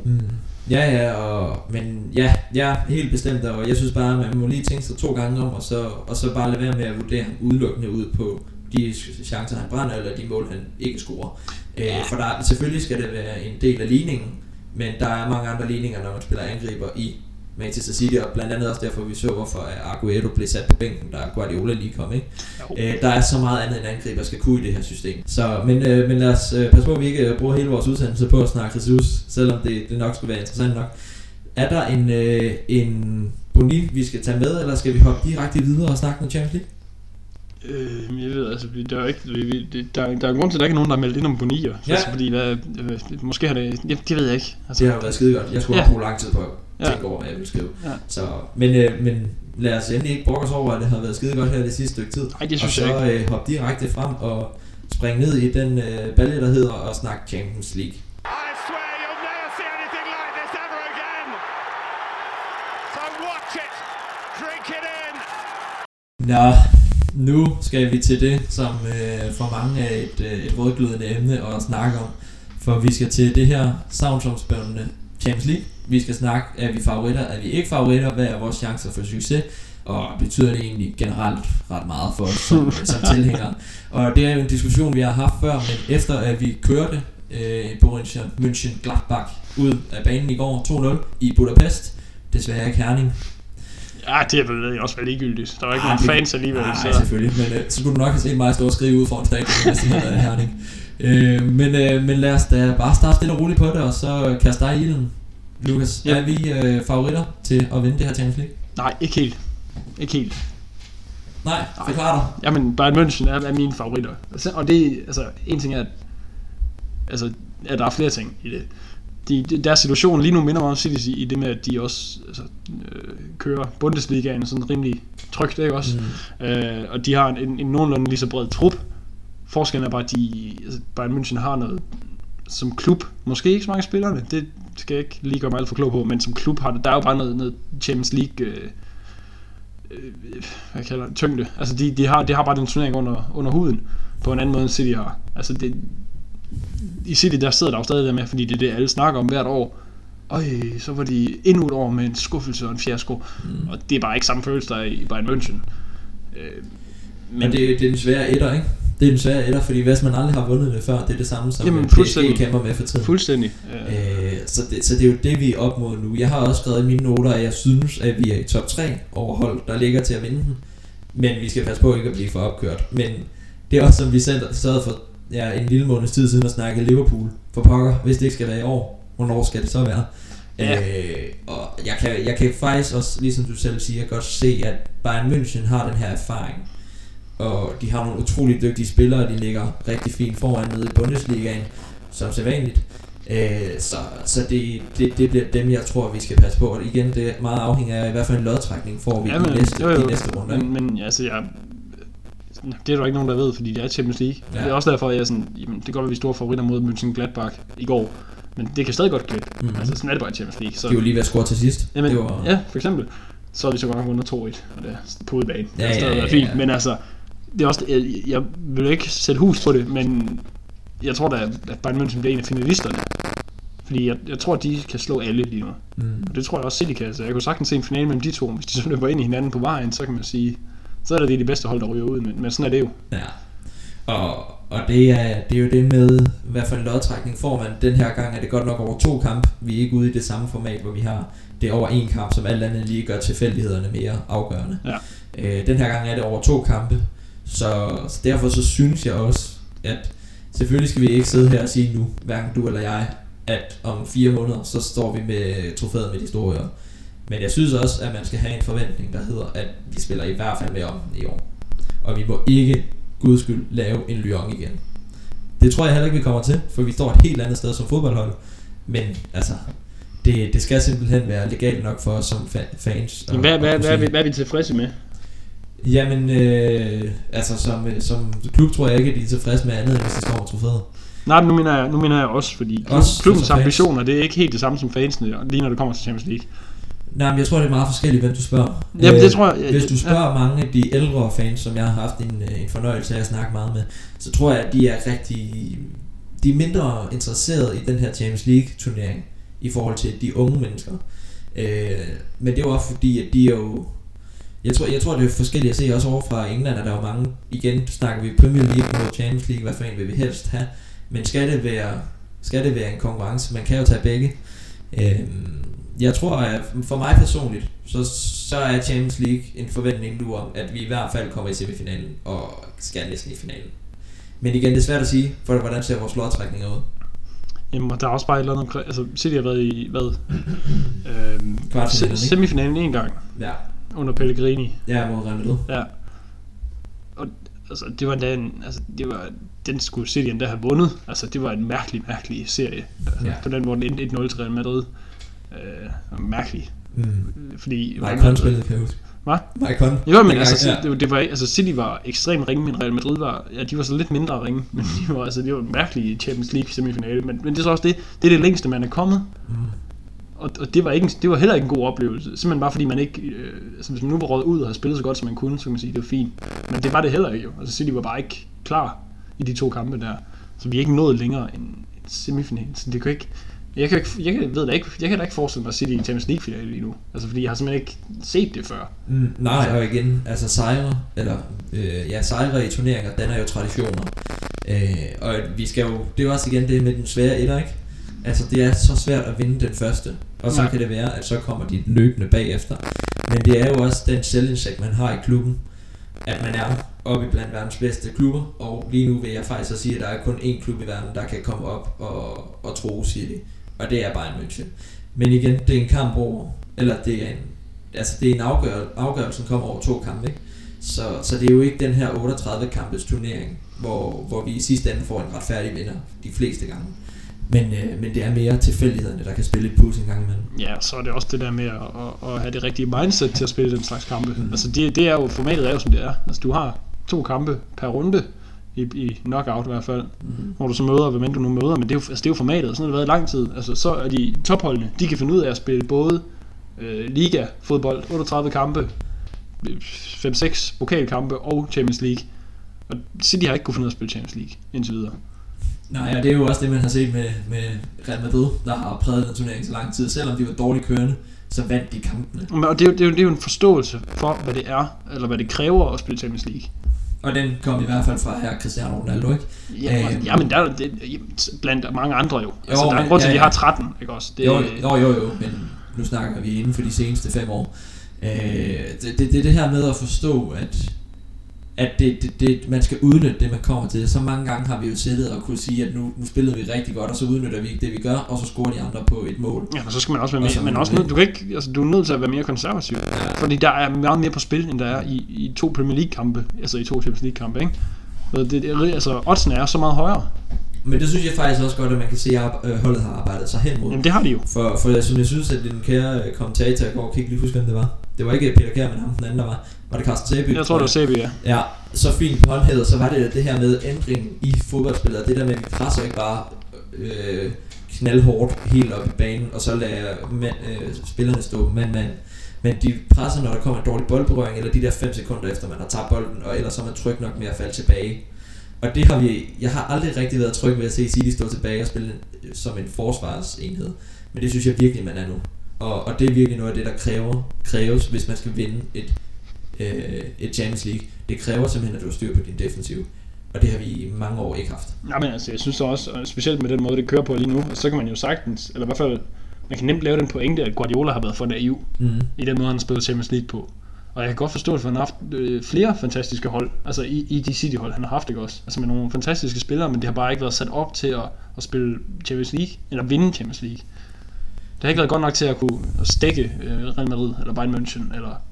Men helt bestemt, og jeg synes bare, man må lige tænke sig 2 gange om, og så bare lade være med at vurdere ham udelukkende ud på de chancer, han brænder, eller de mål, han ikke scorer. For selvfølgelig skal det være en del af ligningen, men der er mange andre ligninger, når man spiller angriber i Manchester City, og blandt andet også derfor vi så, hvorfor Aguero blev sat på bænken, da Guardiola lige kom, ikke? Der er så meget andet end angriber skal kunne i det her system. Så, men lad os passe på, at vi ikke bruger hele vores udsendelse på at snakke Jesus, selvom det nok skulle være interessant nok. Er der en boni, vi skal tage med, eller skal vi hoppe direkte videre og snakke med Champions League? Jeg ved, altså, der er en grund til, at der ikke er nogen, der har meldt ind om bonier. Ja. Altså, fordi måske har det ved jeg ikke. Altså, det har været skide godt. Jeg skulle have brugt lang tid på at tænke over, hvad jeg vil skrive. Ja. Så, men lad os endelig ikke brokke os over, at det har været skide godt her det sidste stykke tid. Ej, det synes og så hoppe direkte frem og springe ned i den balje, der hedder og snakke Champions League. Nå, nu skal vi til det, som for mange er et rødglødende emne at snakke om. For vi skal til det her savnsomspændende Champions League. Vi skal snakke, er vi favoritter, er vi ikke favoritter, hvad er vores chancer for succes, og betyder det egentlig generelt ret meget for os som tilhængere. Og det er jo en diskussion, vi har haft før, men efter at vi kørte Borussia Mönchengladbach ud af banen i går 2-0 i Budapest, desværre ikke Herning. Ja, det er vel også være ligegyldigt. Der var ikke nogen fans alligevel. Nej, selvfølgelig. Men så skulle du nok have set mig stå og skrive ud foran stadion, hvis det havde været Herning. Men lad os da bare starte stille og roligt på det, og så kaste dig i ilden. Lukas, er vi favoritter til at vinde det her Champions League? Nej, ikke helt. Ikke helt. Nej, forklar dig. Jamen, Bayern München er mine favoritter. Og det, altså, en ting er, at der er flere ting i det. Deres situation lige nu minder mig om City i det med, at de også kører Bundesligaen sådan rimelig trygt, ikke også? Og de har en nogenlunde lige så bred trup. Forskellen er bare, at Bayern München har noget som klub, måske ikke så mange spillerne, det skal jeg ikke lige gøre mig alt for klog på, men som klub har der er jo bare noget Champions League hvad kalder det, tyngde. Altså de har bare den turnering under huden på en anden måde end City har. Altså det i City der sidder der jo stadig der med, fordi det er det alle snakker om hvert år. Så var de endnu et år med en skuffelse og en fiasko. Og det er bare ikke samme følelse der i Bayern München. Men det er den svære etter, ikke? Det er den svære etter, fordi hvis man aldrig har vundet det før, det er det samme som PSG kæmper med for tiden. Fuldstændig. Så det er jo det, vi er op mod nu. Jeg har også skrevet i mine noter, at jeg synes, at vi er i top 3 overhold, der ligger til at vinde den. Men vi skal passe på ikke at blive for opkørt. Men det er også som vi selv sad for en lille måneds tid siden at snakke Liverpool for pokker, hvis det ikke skal være i år. Hvornår skal det så være? Ja. Og jeg kan faktisk også, ligesom du selv siger, godt se, at Bayern München har den her erfaring. Og de har nogle utroligt dygtige spillere, de ligger rigtig fint foran nede i Bundesligaen, som sædvanligt. Så det bliver dem, jeg tror, vi skal passe på. Og igen, det er meget afhængigt af, i hvert fald en lodtrækning får vi i næste runde. Men altså, det er der ikke nogen, der ved, fordi det er Champions League. Ja. Det er også derfor, at jeg sådan, jamen, det kan godt være, vi store favoritter mod Mönchengladbach i går. Men det kan stadig godt klippe. Altså, sådan er det bare i Champions League. Så, de var lige ved at score til sidst. Jamen, ja, for eksempel. Så er vi så godt nok vundet 2-1, og det er på udebane. Det er stadig fint, men altså, det er også, jeg vil ikke sætte hus på det, men jeg tror da, at Bayern München bliver en af finalisterne. Fordi jeg tror, at de kan slå alle lige nu. Og det tror jeg også City kan. Så jeg kunne sagtens se en finale mellem de to. Hvis de så løber ind i hinanden på vejen, så kan man sige, så er det de bedste hold, der ryger ud. Men sådan er det jo. Ja. Og det er jo det med, hvad for en lodtrækning får man. Den her gang er det godt nok over 2 kampe. Vi er ikke ude i det samme format, hvor vi har det over 1 kamp, som alt andet lige gør tilfældighederne mere afgørende. Ja. Den her gang er det over 2 kampe. Så derfor så synes jeg også, at selvfølgelig skal vi ikke sidde her og sige nu, hverken du eller jeg, at om 4 måneder, så står vi med trofæet med de store ører. Men jeg synes også, at man skal have en forventning, der hedder, at vi spiller i hvert fald med om i år. Og vi må ikke, guds skyld, lave en Lyon igen. Det tror jeg heller ikke, vi kommer til, for vi står et helt andet sted som fodboldhold. Men altså, det skal simpelthen være legalt nok for os som fans. Hvad er vi tilfredse med? Jamen, altså som klub tror jeg ikke, at de er tilfredse med andet, end hvis de står med trofæet. Nej, nu mener jeg også, fordi klubbens ambitioner, det er ikke helt det samme som fansene, lige når det kommer til Champions League. Nej, men jeg tror, det er meget forskelligt, hvem du spørger. Jamen, det tror jeg. Hvis du spørger mange af de ældre fans, som jeg har haft en fornøjelse af at snakke meget med, så tror jeg, at de er mindre interesseret i den her Champions League turnering i forhold til de unge mennesker. Men det er jo også fordi, at de er jo... Jeg tror det er forskelligt at se også over fra England, at der er mange, igen snakker vi Premier League mod Champions League, hvad for en vil vi helst have, men skal det være en konkurrence? Man kan jo tage begge. Jeg tror, at for mig personligt, så er Champions League en forventning nu om, at vi i hvert fald kommer i semifinalen og skal næsten i finalen. Men igen, det er svært at sige, for hvordan ser vores lodtrækninger ud? Jamen, der er også bare et eller andet, altså City har været i, semifinalen en gang. Ja. Under Pellegrini. Ja, mod Real Madrid. Ja. Og altså, det var den skulle City endda have vundet. Altså, det var en mærkelig serie. Altså, ja. På den måde den 1-1 til Real Madrid. Mærkelig. Fordi Maicon spillede, kan jeg huske. Hvad? Maicon. Jo, men altså, det var altså City var ekstremt ringe, men Real Madrid var, ja, de var så lidt mindre ringe, men de var en mærkelig Champions League semifinale, men det er så også det er det længste man er kommet. Og det var heller ikke en god oplevelse. Simpelthen bare fordi man ikke altså hvis man nu var røget ud og havde spillet så godt som man kunne, så kan man sige det var fint. Men det var det heller ikke jo. Altså City var bare ikke klar i de 2 kampe der. Så vi er ikke nået længere end semifinalen. Så det kan ikke jeg kan da ikke forestille mig at City i Champions League finale lige nu. Altså fordi jeg har simpelthen ikke set det før. Nej, og igen, altså sejre i turneringer, den er jo traditioner. Og vi skal jo, det er jo også igen det med den svære etter, ikke? Altså det er så svært at vinde den første, og så kan det være, at så kommer de løbende bagefter. Men det er jo også den selvindsigt, man har i klubben, at man er oppe blandt verdens bedste klubber, og lige nu vil jeg faktisk sige, at der er kun én klub i verden, der kan komme op og tro City, og det er Bayern München. Men igen, det er en kamp over, eller det er en afgørelsen kommer over 2 kampe, ikke? Så det er jo ikke den her 38 kampes turnering, hvor vi i sidste ende får en retfærdig vinder de fleste gange. Men det er mere tilfældighederne, der kan spille et pus en gang imellem. Ja, så er det også det der med at have det rigtige mindset til at spille den slags kampe. Altså det er jo, formatet er jo som det er. Altså du har 2 kampe per runde i knockout i hvert fald, hvor du så møder, hvem du nu møder, men det er jo formatet, og sådan har det været i lang tid. Altså så er de topholdene, de kan finde ud af at spille både liga, fodbold, 38 kampe, 5-6 pokalkampe og Champions League. Og City har ikke kunne finde ud af at spille Champions League indtil videre. Nej, og det er jo også det, man har set med Real Madrid, der har præget den turnering så lang tid. Selvom de var dårligt kørende, så vandt de kampene. Og det er jo en forståelse for, hvad det er, eller hvad det kræver at spille Champions League. Og den kom i hvert fald fra her Cristiano Ronaldo, ikke? Ja, men der er det, blandt mange andre jo. Altså, der er en grund til, at de har 13, ikke også? Det, jo, men nu snakker vi inden for de seneste 5 år. Det er det her med at forstå, at det man skal udnytte det, man kommer til. Så mange gange har vi jo siddet og kunne sige, at nu spillede vi rigtig godt, og så udnytter vi ikke det, vi gør, og så scorer de andre på et mål. Ja, og så skal man også være mere, men også du kan ikke, altså du er nødt til at være mere konservativ, fordi der er meget mere på spil, end der er i 2 Premier League kampe, altså i 2 Champions League kampe, ikke? Altså oddsene er så meget højere. Men det synes jeg faktisk også godt, at man kan se, at holdet har arbejdet sig hen mod. Jamen det har de jo. For jeg synes, at den kære kommentator i går, kan ikke lige huske, hvem det var. Det var ikke Peter Kjær, men ham den anden, der var. Var det Carsten Sæby? Jeg tror, det var Sæby, ja. Ja, så fint håndhævet, så var det her med ændringen i fodboldspillet. Det der med, at vi presser ikke bare knaldhårdt helt op i banen, og så lader spillerne stå mand. Men de presser, når der kommer en dårlig boldberøring, eller de der 5 sekunder efter, man har tabt bolden, og ellers er man tryg nok med at falde tilbage. Og det har jeg har aldrig rigtig været tryg ved at se City stå tilbage og spille som en forsvarsenhed. Men det synes jeg virkelig, man er nu. Og det er virkelig noget af det, der kræves, hvis man skal vinde et Champions League. Det kræver simpelthen, at du har styr på din defensiv. Og det har vi i mange år ikke haft. Nej, men altså, jeg synes også, specielt med den måde, det kører på lige nu, så kan man jo sagtens, eller i hvert fald, man kan nemt lave den pointe, at Guardiola har været for naiv i den måde, han har spillet Champions League på. Og jeg kan godt forstå, at han har haft flere fantastiske hold, altså i de City-hold, han har haft, ikke også? Altså med nogle fantastiske spillere, men det har bare ikke været sat op til at spille Champions League, eller vinde Champions League. Det har ikke været godt nok til at kunne stikke Real Madrid, eller Bayern München, eller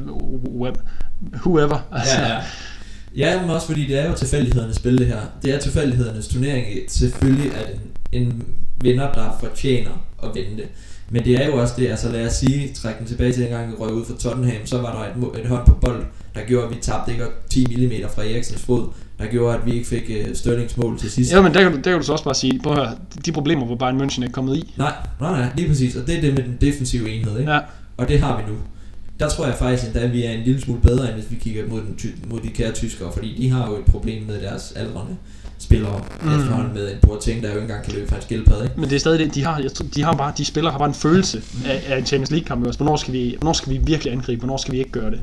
whoever. Altså. Ja, men også fordi det er jo tilfældighedernes spil, det her. Det er tilfældighedernes turnering. Selvfølgelig er det en vinder, der fortjener at vinde det. Men det er jo også det, altså lad os sige, trække den tilbage til dengang vi røg ud fra Tottenham, så var der et hånd på bold, der gjorde, at vi tabte ikke 10 mm fra Eriksens fod, der gjorde, at vi ikke fik Sterlings mål til sidst. Ja, men der kan du så også bare sige, prøv at høre, de problemer, hvor Bayern München er kommet i. Nej, lige præcis, og det er det med den defensive enhed, ikke? Ja. Og det har vi nu. Der tror jeg faktisk endda, at vi er en lille smule bedre, end hvis vi kigger mod de kære tyskere, fordi de har jo et problem med deres aldrende spillere efterhånden med en Boateng, der jo ikke engang kan løbe fra en skildpadde, ikke? Men det er stadig det, de spillere har bare en følelse af en Champions League kamp. Hvornår skal vi virkelig angribe, hvornår skal vi ikke gøre det?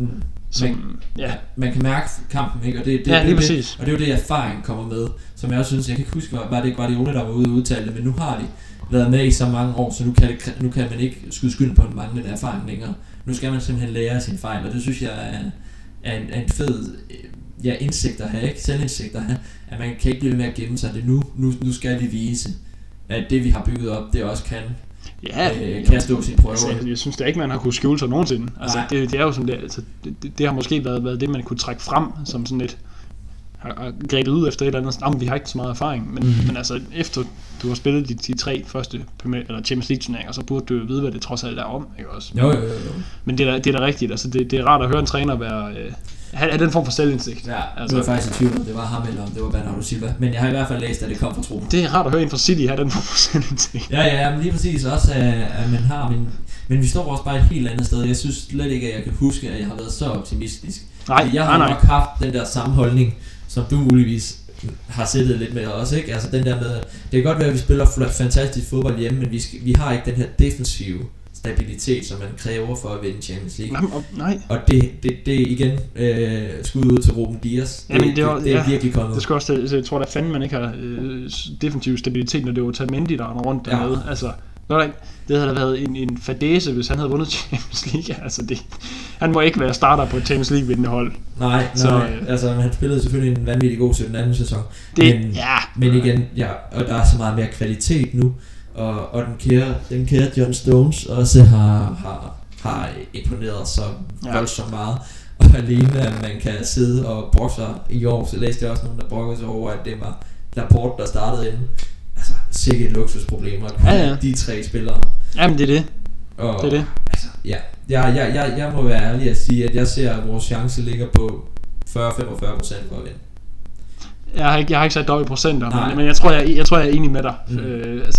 Man kan mærke kampen, ikke? Og det er jo det erfaring kommer med, som jeg også synes, jeg kan ikke huske, var det ikke Guardiola, der var ude og udtale det, men nu har de været med i så mange år, så nu kan man ikke skyde skylden på en manglende erfaring længere. Nu skal man simpelthen lære sin fejl, og det synes jeg er en fed indsigt at have, ikke? Selvindsigt at have, at man kan ikke blive med at gemme sig det nu skal vi vise, at det vi har bygget op, det også kan stå sin prøve. Altså, jeg synes da ikke, man har kunnet skjule sig nogensinde. Altså, det er jo som det, altså, det har måske været det, man kunne trække frem som sådan lidt, har grebet ud efter et eller andet. Vi har ikke så meget erfaring, men altså efter du har spillet de 3 første eller Champions League turneringer, så burde du jo vide, hvad det trods alt er om, ikke også? Jo. Men det er da rigtigt. Altså det er rart at høre en træner være have den form for selvindsigt. Ja, altså, det var faktisk i tvivl, det var ham eller om det var Bernardo Silva, men jeg har i hvert fald læst, at det kom fra truppen. Det er rart at høre en fra City have den form for selvindsigt. Ja, men lige præcis også at man har, men vi står også bare et helt andet sted. Jeg synes slet ikke, at jeg kan huske, at jeg har været så optimistisk. Jeg har nok haft den der sammenholdning, som du muligvis har sættet lidt med også, ikke? Altså den der med, det kan godt være, at vi spiller fantastisk fodbold hjemme, men vi har ikke den her defensive stabilitet, som man kræver for at vinde Champions League. Nej. Og det er igen skud ud til Ruben Dias. Det er virkelig kommet. Det skal også, jeg tror da fanden man ikke har defensiv stabilitet, når det var Tamendi, der er rundt dernede. Altså, det havde da været en fadese, hvis han havde vundet Champions League. Altså han må ikke være starter på et Champions League vindende hold. Nej, altså han spillede selvfølgelig en vanvittig god til den anden sæson. Men igen, og der er så meget mere kvalitet nu, og den kære John Stones også har imponeret så voldsomt meget. Og alene at man kan sidde og brokke sig i år, så læste jeg også nogen, der brokkede sig over, at det var Laporte, der startede inden. Altså, sikkert et luksusproblem, og de 3 spillere. Jamen, det er det. Og, det er det. Altså, jeg må være ærlig at sige, at jeg ser, at vores chance ligger på 40-45% for at vinde. Jeg har ikke sat dig i procenter, men jeg tror, jeg er enig med dig. Altså,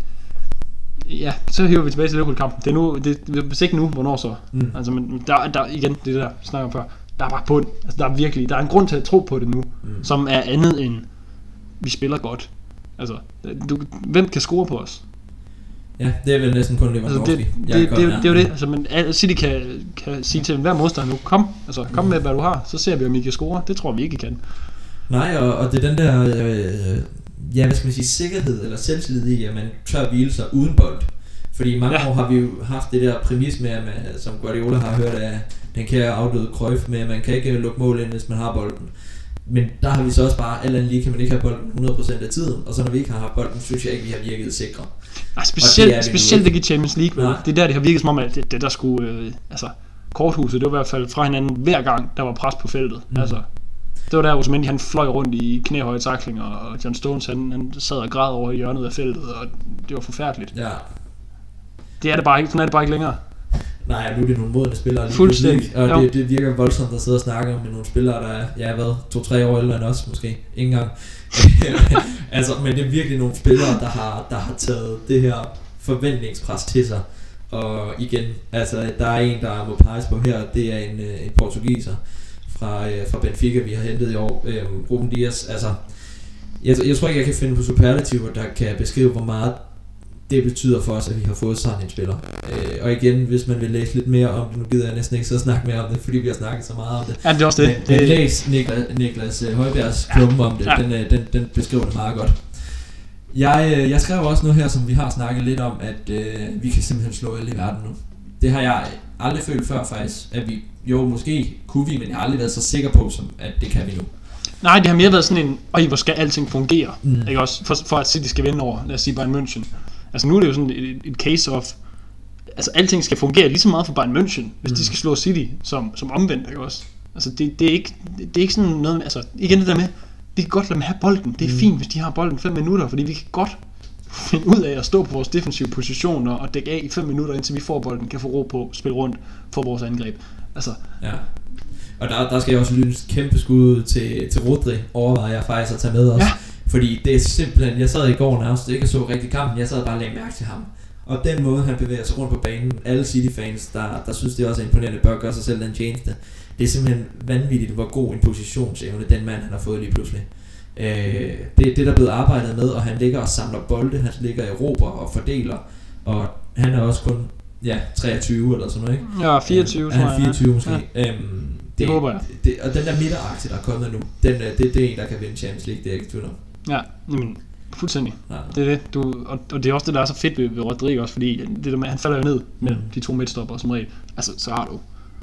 så hiver vi tilbage til Liverpool-kampen. Det er nu, hvis ikke nu, hvornår så? Altså, men der igen, det der snakker om før, der er bare bund. Altså, der er en grund til at tro på det nu, som er andet end, vi spiller godt. Altså, hvem kan score på os? Ja, det er vel næsten kun Lewandowski. Det er jo det. Altså, men City kan sige til enhver modstander nu, kom med hvad du har, så ser vi om I kan score. Det tror vi ikke I kan. Nej, og det er den der hvad skal man sige, sikkerhed eller selvtillid i, at man tør hvile sig uden bold. Fordi i mange år har vi jo haft det der præmis med, som Guardiola har hørt af den kære afdøde Cruyff med, at man kan ikke lukke mål ind, hvis man har bolden. Men der har vi så også bare, alt andet lige kan man ikke have bolden 100% af tiden, og så når vi ikke har haft bolden, synes jeg ikke, vi har virket sikre. Specielt ikke i Champions League, det er der, det har virket som om, at det der skulle, korthuset, det var i hvert fald fra hinanden hver gang, der var pres på feltet. Altså, det var der, hvor Mendy han fløj rundt i knæhøje tacklinger, og John Stones han sad og græd over i hjørnet af feltet, og det var forfærdeligt. Ja. Det er det bare ikke, sådan er det bare ikke længere. Nej, nu er det nogle modne spillere. Fuldstændig. Og det virker voldsomt at sidde og snakke med nogle spillere, der er, 2-3 år ældre end os, måske. Ikke engang. Altså, men det er virkelig nogle spillere, der har taget det her forventningspres til sig. Og igen, altså, der er en, der må peges på her, det er en portugiser fra Benfica, vi har hentet i år, Ruben Dias. Altså, jeg tror ikke, jeg kan finde på superlativer, der kan beskrive, hvor meget det betyder for os, at vi har fået sådan en spiller. Og igen, hvis man vil læse lidt mere om det, nu gider jeg næsten ikke så snakke mere om det, fordi vi har snakket så meget om det. Ja, det er også det. Men læs Niklas Højbjergs klumme om det, ja. Den beskriver det meget godt. Jeg skrev også noget her, som vi har snakket lidt om, at vi kan simpelthen slå alle i verden nu. Det har jeg aldrig følt før faktisk, at vi, jo måske kunne vi, men jeg har aldrig været så sikker på, som at det kan vi nu. Nej, det har mere været sådan en, hvor skal alting fungere, ikke også, for at City skal vinde over, lad os sige Bayern München. Altså nu er det jo sådan et case of, altså alting skal fungere lige så meget for Bayern München, hvis de skal slå City som omvendt, ikke også. Altså det er ikke sådan noget, altså igen det der med, vi kan godt lade dem have bolden, det er fint, hvis de har bolden 5 minutter, fordi vi kan godt finde ud af at stå på vores defensive positioner og dække af i 5 minutter, indtil vi får bolden, kan få ro på, spille rundt for vores angreb. Altså. Ja. Og der skal jeg også lyde en kæmpe skud til Rodri, overvejer jeg faktisk at tage med os. Ja. Fordi det er simpelthen, jeg sad i går nærmest ikke så rigtig kampen, jeg sad bare og lagde mærke til ham. Og den måde han bevæger sig rundt på banen, alle City-fans, der synes det også er imponerende, bør gøre sig selv den tjeneste. Det er simpelthen vanvittigt, hvor god en positionsevne den mand han har fået lige pludselig. Det er det der er blevet arbejdet med, og han ligger og samler bolde, han ligger i råber og fordeler, og han er også kun 23 eller sådan noget, ikke? Ja, 24 tror jeg. Han er 24 måske. Ja. Det håber jeg. Og den der midteraktie, der er kommet nu, det er en, der kan vinde Champions League, det er ikke tvivl om. Ja, jamen, fuldstændig. Ja. Det er det. Og det er også det, der er så fedt ved Rodri også, fordi det der med, han falder jo ned mellem de to midtstopper som regel. Altså, så har du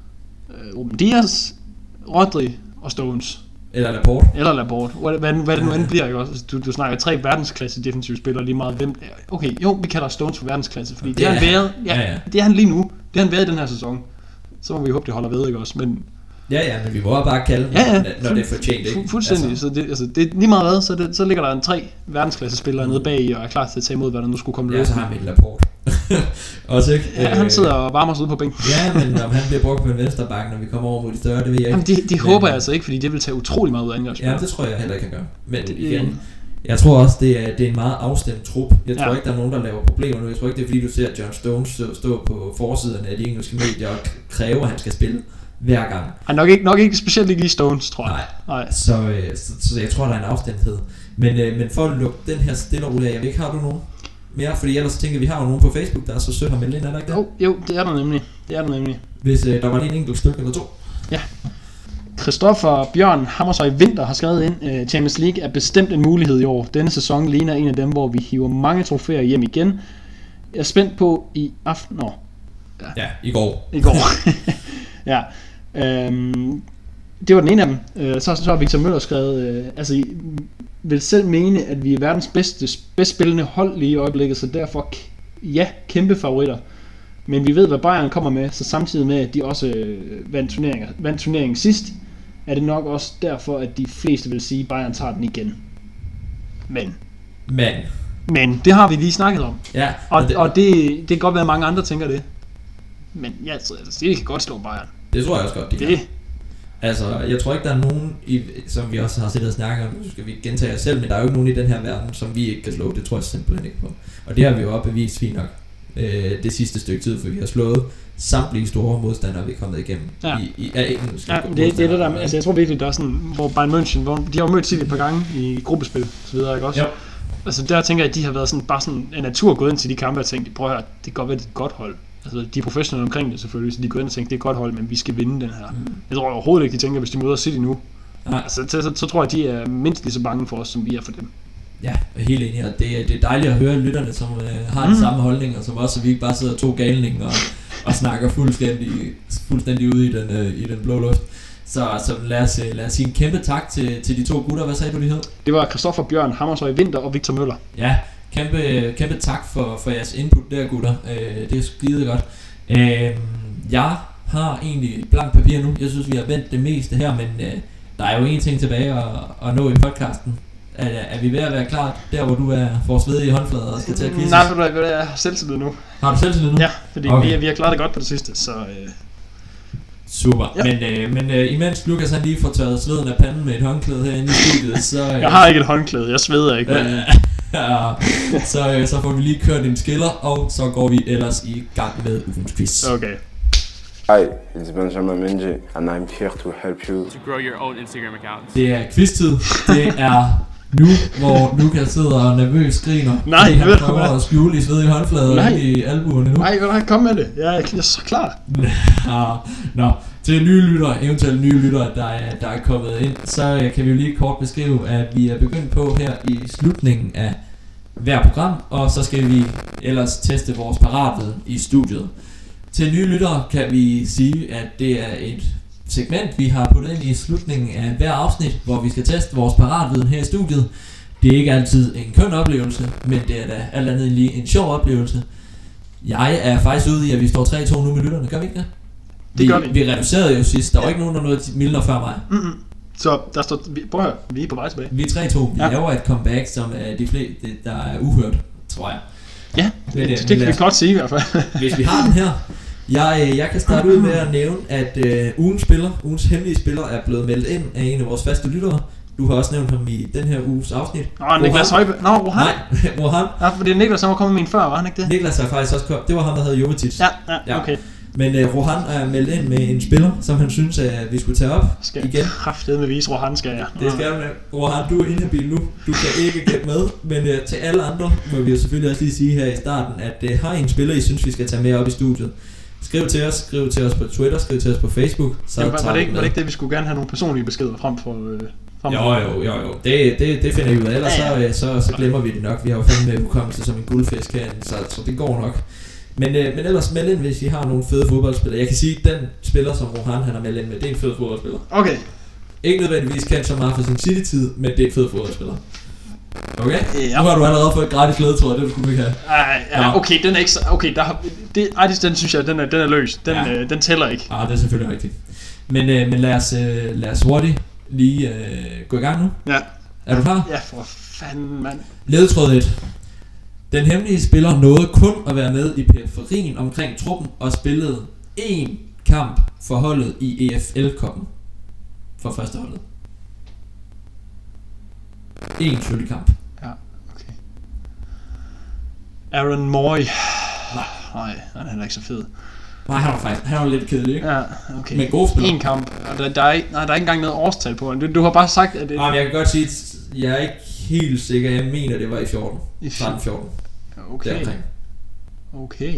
Ruben Dias, Rodri og Stones. Eller Laporte. Hvad det nu end bliver, ikke også? Du snakker 3 verdensklasse defensive spillere lige meget. Hvem? Okay, jo, vi kalder Stones for verdensklasse, fordi det har han været. Ja, det er han lige nu. Det har han været i den her sæson. Så må vi håbe, det holder ved, ikke også? Men men vi må bare kalde når det er fortjent, ikke? Fuldstændig. Altså. Så det er lige meget hvad, så ligger der en 3 verdensklasse spillere nede bag og er klar til at tage imod, hvad der nu skulle komme løs. Ja, så har vi Laporte. Også ikke? Ja, han sidder og varmer sig ude på bænken. Ja, men om han bliver brugt på en venstreback, når vi kommer over mod de større, det ved jeg ikke. Jamen, det håber jeg altså ikke, fordi det vil tage utrolig meget ud af angrebsspil. Ja, det tror jeg heller ikke kan gøre. Men igen, jeg tror også, det er en meget afstemt trup. Jeg tror ikke, der er nogen, der laver problemer nu. Jeg tror ikke, det er fordi, du ser John Stones stå på forsiden af de engelske medier og kræver, at han skal spille hver gang. Han nok ikke specielt ikke lige Stones, tror jeg. Nej. Så jeg tror, der er en afstemthed. Men for at lukke den her stille og roligt af, jeg ved ikke, har du nogen mere? Fordi ellers tænker vi har jo nogen på Facebook, der er så sødt har meldt ind, er der ikke det? Jo, det er der nemlig. Hvis der var lige en enkelt stykke eller 2. Ja. Christoffer Bjørn Hammershøj Vinter har skrevet ind, Champions League er bestemt en mulighed i år. Denne sæson ligner en af dem, hvor vi hiver mange trofæer hjem igen. Jeg er spændt på i aften. I går. Ja. Det var den ene af dem. Så har Victor Møller skrevet, I vil selv mene, at vi er verdens bedst spillende hold lige i øjeblikket, så derfor kæmpe favoritter. Men vi ved, hvad Bayern kommer med, så samtidig med, at de også vandt turneringen sidst, er det nok også derfor, at de fleste vil sige, at Bayern tager den igen. Men det har vi lige snakket om. Ja. Og det kan godt være, at mange andre tænker det. Men det kan godt slå Bayern. Det tror jeg også godt, de kan. Altså, jeg tror ikke, der er nogen, som vi også har siddet og snakket om, nu skal vi gentage os selv, men der er jo ikke nogen i den her verden, som vi ikke kan slå. Det tror jeg simpelthen ikke på. Og det har vi jo også bevist fint nok det sidste stykke tid, for vi har slået samtlige store modstandere, vi er kommet igennem i engelske det er det der, altså jeg tror virkelig, der er sådan, hvor Bayern München, hvor de har jo mødt City et par gange i gruppespil og så videre, ikke også? Jo. Altså der tænker jeg, at de har været sådan, bare sådan en natur gået ind til de kampe og tænkt, prøv at høre, det kan godt være, det er et godt hold. Altså de er professionelle omkring det selvfølgelig, så de går ind og tænker, det er et godt hold, men vi skal vinde den her. Jeg tror overhovedet ikke, de tænker, hvis de møder City nu. Altså, så tror jeg, de er mindst lige så bange for os, som vi er for dem. Ja, helt enig, og det er dejligt at høre lytterne, som har de samme holdninger som os, så vi ikke bare sidder 2 galninger og snakker fuldstændig ude i den blå luft. Så lad os sige en kæmpe tak til de 2 gutter. Hvad sagde du, de hed? Det var Christoffer Bjørn Hammershøj Vinter og Victor Møller. Ja, kæmpe tak for jeres input der, gutter. Det er skide godt. Jeg har egentlig blankt papir nu. Jeg synes, vi har vendt det meste her, men der er jo en ting tilbage at nå i podcasten. Er vi ved at være klar der, hvor du er for svedige håndflader og skal til at quizze? Nej, jeg har selvtillid nu. Har du selvtillid nu? Ja, fordi okay. vi har klaret det godt på det sidste, så... Super, ja. men imens Lukas han lige får tørret sveden af panden med et håndklæde herinde i studiet, så... Jeg har ikke et håndklæde, jeg sveder ikke. Så får vi lige kørt en skiller, og så går vi ellers i gang med ugens quiz. Okay. Hi, it's Benjamin Mendy, and I'm here to help you to grow your own Instagram account. Det er quiz-tid. Det er Nu, hvor Lukas sidder og nervøst griner. Nej, fordi jeg han prøver at skjule i svedige håndflader og i albuerne nu. Nej, kom med det. Jeg er så klar. Nå, til nye lyttere, eventuelt nye lyttere, der er kommet ind, så kan vi jo lige kort beskrive, at vi er begyndt på her i slutningen af hver program, og så skal vi ellers teste vores paratviden i studiet. Til nye lyttere kan vi sige, at det er et segment, vi har puttet ind i slutningen af hver afsnit, hvor vi skal teste vores paratviden her i studiet. Det er ikke altid en køn oplevelse, men det er da alt andet end lige en sjov oplevelse. Jeg er faktisk ude i, at vi står 3-2 nu med lytterne, gør vi ikke det? Det gør vi. Vi reducerede jo sidst, der var ikke nogen, der nåede mildere før mig. Så der står, prøv at høre, vi er på vej tilbage. Vi er 3-2, vi laver et comeback, som de fleste, der er uhørt, tror jeg. Ja, det kan vi godt sige i hvert fald. Hvis vi har den her. Jeg kan starte ud med at nævne, at ugens hemmelige spiller er blevet meldt ind af en af vores faste lyttere. Du har også nævnt ham i den her uges afsnit. Niklas Højbe. Rohan. Nej, Rohan. Ja, fordi Niklas var kommet med en før, var han ikke det? Niklas er faktisk også kommet. Det var ham, der havde Jovetic. Ja, okay. Men Rohan er meldt ind med en spiller, som han synes, at vi skulle tage op igen. Kraftedeme vise, Rohan skal jeg. Det skal du. Rohan, du er inhabil nu. Du kan ikke gætte med. Men til alle andre må vi jo selvfølgelig også lige sige her i starten, at har I en spiller, I synes, vi skal tage med op i studiet, skriv til os på Twitter, skriv til os på Facebook. Så var det ikke det, vi skulle gerne have nogle personlige beskeder frem for... Jo. Det finder vi ud af. Ellers så glemmer vi det nok. Vi har jo fandme hukommelse som en guldfisk her, så det går nok. Men ellers meld ind, hvis I har nogle fede fodboldspillere. Jeg kan sige, at den spiller, som Rohan han har meldt ind med, det er en fed fodboldspiller. Okay. Ikke nødvendigvis kendt så meget for sin City-tid, men det er en fed fodboldspiller. Okay? Ja. Nu har du allerede fået et gratis ledetråd, det skulle du ikke have. Okay, den er ikke så... Okay, den synes jeg, den er løs. Den tæller ikke. Det er selvfølgelig rigtigt. Men lad os hurtigt lige gå i gang nu. Ja. Er du klar? Ja, for fanden, mand. Ledetråd 1. Den hemmelige spiller nåede kun at være med i periferien omkring truppen og spillede én kamp for holdet i EFL-koppen for førsteholdet. En slutkamp. Ja, okay. Aaron Moy. Nej, han er heller ikke så fed. Nej, han var lidt kedelig, ikke? Ja, okay. Men god spiller. En kamp. Der er ikke engang noget årstal på den. Du har bare sagt, at det... Nej, men jeg kan godt sige, at jeg er ikke helt sikker. Jeg mener, det var i 14. I 13-14. Okay. Deromkring. Okay.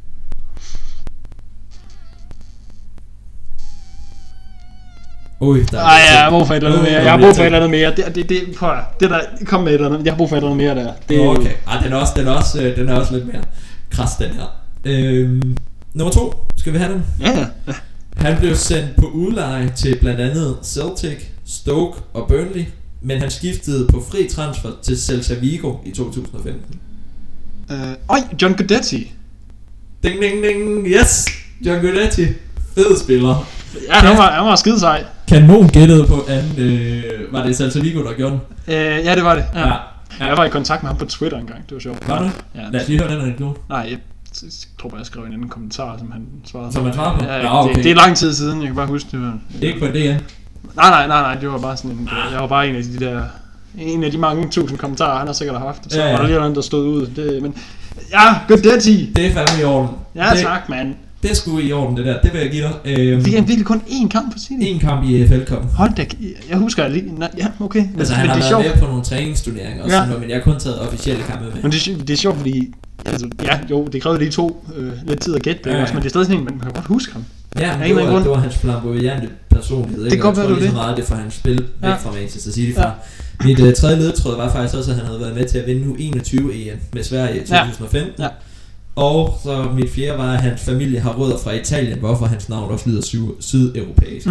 Jeg har brug for et eller andet mere. Jeg har brug for et eller andet mere. Det der, kom med et eller andet. Jeg har brug for et eller andet mere der. Det... Okay. Den er også lidt mere kras, den her. Nummer 2. Skal vi have den? Ja. Han blev sendt på udleje til blandt andet Celtic, Stoke og Burnley, men han skiftede på fri transfer til Celta Vigo i 2015. John Guidetti. Ding ding ding. Yes, John Guidetti. Fed spiller. Ja, han var skide sej. Kan nogen gætte på anden? Var det Celta Vigo, der gjorde den? Ja, det var det. Ja. Jeg var i kontakt med ham på Twitter engang. Det var sjovt. Var du? Ja. Lad os lige høre den anekdote. Nej, jeg tror bare, jeg skrev en anden kommentar, som han svarede. Som han svarede på? Ja, okay. Det er lang tid siden. Jeg kan bare huske det. Ikke på DN? Nej. Det var bare sådan en... Jeg var bare en af de mange tusind kommentarer, han har sikkert haft. Så var der lige noget, der stod ud. Men ja, Guidetti. Det er fandme i orden. Ja, tak, mand. Det er sgu i orden, det der. Det vil jeg give dig. Fik han virkelig kun én kamp på City? En kamp i EFL-koppen. Hold da, jeg husker lige... Ja, okay. Altså, han har været med på nogle træningsturneringer og sådan noget, men jeg har kun taget officielle kampe med. Men det er sjovt, fordi... Altså, ja, jo, det krævede lige lidt tid at gætte det, også, men det er stadig sådan en, man kan godt huske ham. Ja, det var hans flamboyante personlighed. Det kan godt være, det lige så meget, det får han spil væk fra Manchester City fra. Mit tredje ledetråd var faktisk også, at han havde været med til at vinde U21 EM med Sverige i 2015. Ja. Og så mit fjerde var, at hans familie har rødder fra Italien, hvorfor hans navn også lyder sydeuropæisk.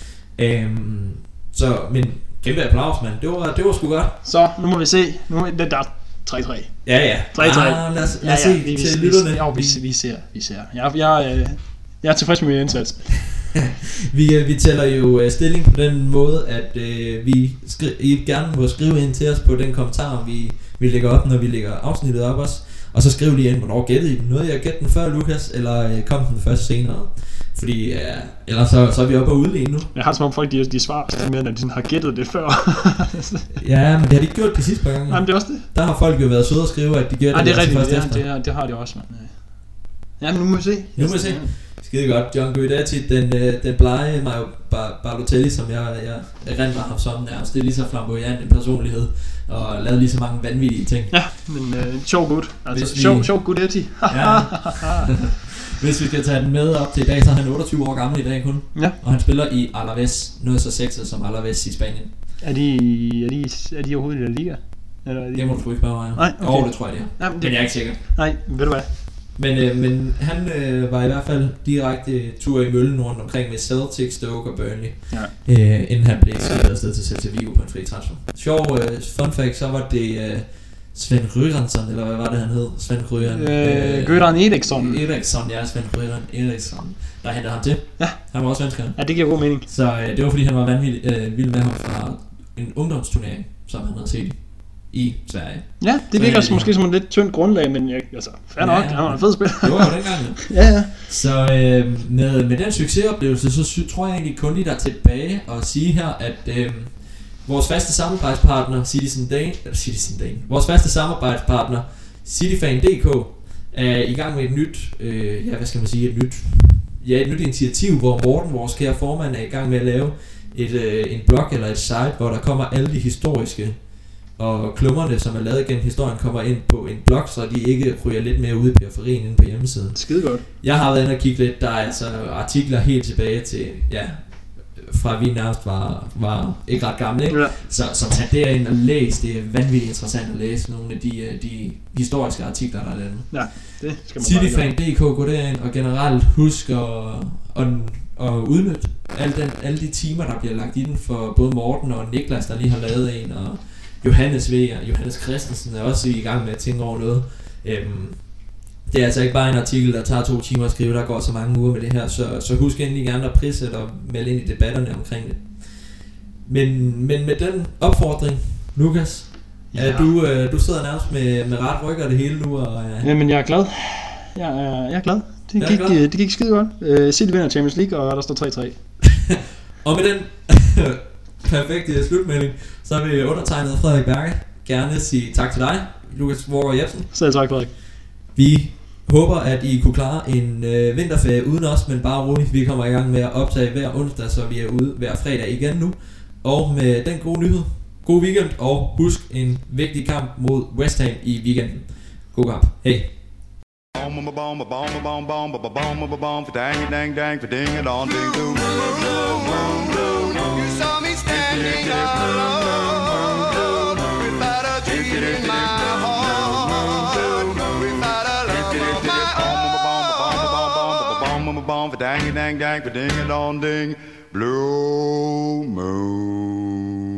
Så, men kæmpe applaus, mand. Det var sgu godt. Så, nu må vi se. Det der 3-3. Ja. 3-3. Lad os se til lytterne. Vi ser. Jeg er tilfreds med min indsats. Vi tæller jo stilling på den måde, at I gerne må skrive ind til os på den kommentar, vi lægger op, når vi lægger afsnittet op også. Og så skriv lige ind, hvornår gættede I den? Nåede jeg at gætte den før, Lukas, eller kom den først senere? Fordi ellers så er vi oppe og udligne nu. Jeg har som om folk, de svarer med, at de har gættet det før. Ja, men det har de ikke gjort de sidste par gange. Nej, men det er også det. Der har folk jo været søde at skrive, at de gætter det rigtigt, først efter. Det har de også, man. Ja, men nu må vi se. Nu må vi se. Skide godt. John Guidetti, den blege Mario Balotelli, som jeg erindrer ham som nærmest. Det er lige så flamboyant en personlighed, og lavede lige så mange vanvittige ting. Ja, men sjov gut. Altså, sjov Guidetti. Ja. Hvis vi skal tage den med op til i dag, så er han 28 år gammel i dag kun. Ja. Og han spiller i Alaves, noget så sexet som Alaves i Spanien. Er de overhovedet i La Liga? Eller er de... Det må du sgu ikke spørge mig om. Nej, okay. Det tror jeg det er. Jamen, Men jeg er ikke sikker. Nej, ved du hvad? Men han var i hvert fald direkte tur i møllen rundt omkring med Celtic, Stoke og Burnley, inden han blev skidt afsted til Celta Vigo på en fri transfer. Sjov fun fact, så var det Sven Røransson, eller hvad var det han hed? Sven Røran. Göran Eriksson. Eriksson, ja, Sven Røran Eriksson, der hentede ham til. Ja. Han var også svensker. Ja, det giver god mening. Så det var fordi han var vanvittigt vild med ham fra en ungdomsturnering, som han havde set i Sverige. Ja, det virker måske som et lidt tyndt grundlag, men fair nok, han var en fed spiller. Det var jo dengang. Ja. Så med den succesoplevelse, så tror jeg egentlig kun lige der tilbage og sige her, at vores faste samarbejdspartner Citizen Dane, vores faste samarbejdspartner Cityfan.dk er i gang med et nyt, et nyt initiativ, hvor Morten, vores kære formand, er i gang med at lave en blog eller et site, hvor der kommer alle de historiske og klummerne, som er lavet gennem historien, kommer ind på en blog, så de ikke ryger lidt mere ude i periferien inde på hjemmesiden. Skide godt. Jeg har været inde og kigge lidt, der er altså artikler helt tilbage til, fra vi nærmest var ikke ret gamle, ikke? Ja. Så tag derind og læs, det er vanvittigt interessant at læse nogle af de historiske artikler, der er lavet. Ja, det skal man Cityfan.dk, gå derind og generelt husk at udnytte alle de timer, der bliver lagt i den for både Morten og Niklas, der lige har lavet en, og Johannes V. og Johannes Christensen er også i gang med at tænke over noget. Det er altså ikke bare en artikel, der tager 2 timer at skrive, der går så mange uger med det her, så husk endelig gerne at prissætte og melde ind i debatterne omkring det. Men med den opfordring, Lukas, du sidder nærmest med ret rykker det hele nu. Jamen jeg er glad. Jeg er glad. Det gik skide godt. City vinder Champions League, og der står 3-3. Og med den perfekte slutmelding, så vil undertegnet Frederik Berge gerne sige tak til dig, Lukas Vorgård Jebsen. Selv tak, Frederik. Vi håber, at I kunne klare en vinterferie uden os, men bare roligt. Vi kommer i gang med at optage hver onsdag, så vi er ude hver fredag igen nu. Og med den gode nyhed, god weekend, og husk en vigtig kamp mod West Ham i weekenden. God kamp. Hej. Dang, dang, dang, ding, dong, ding, blue moon.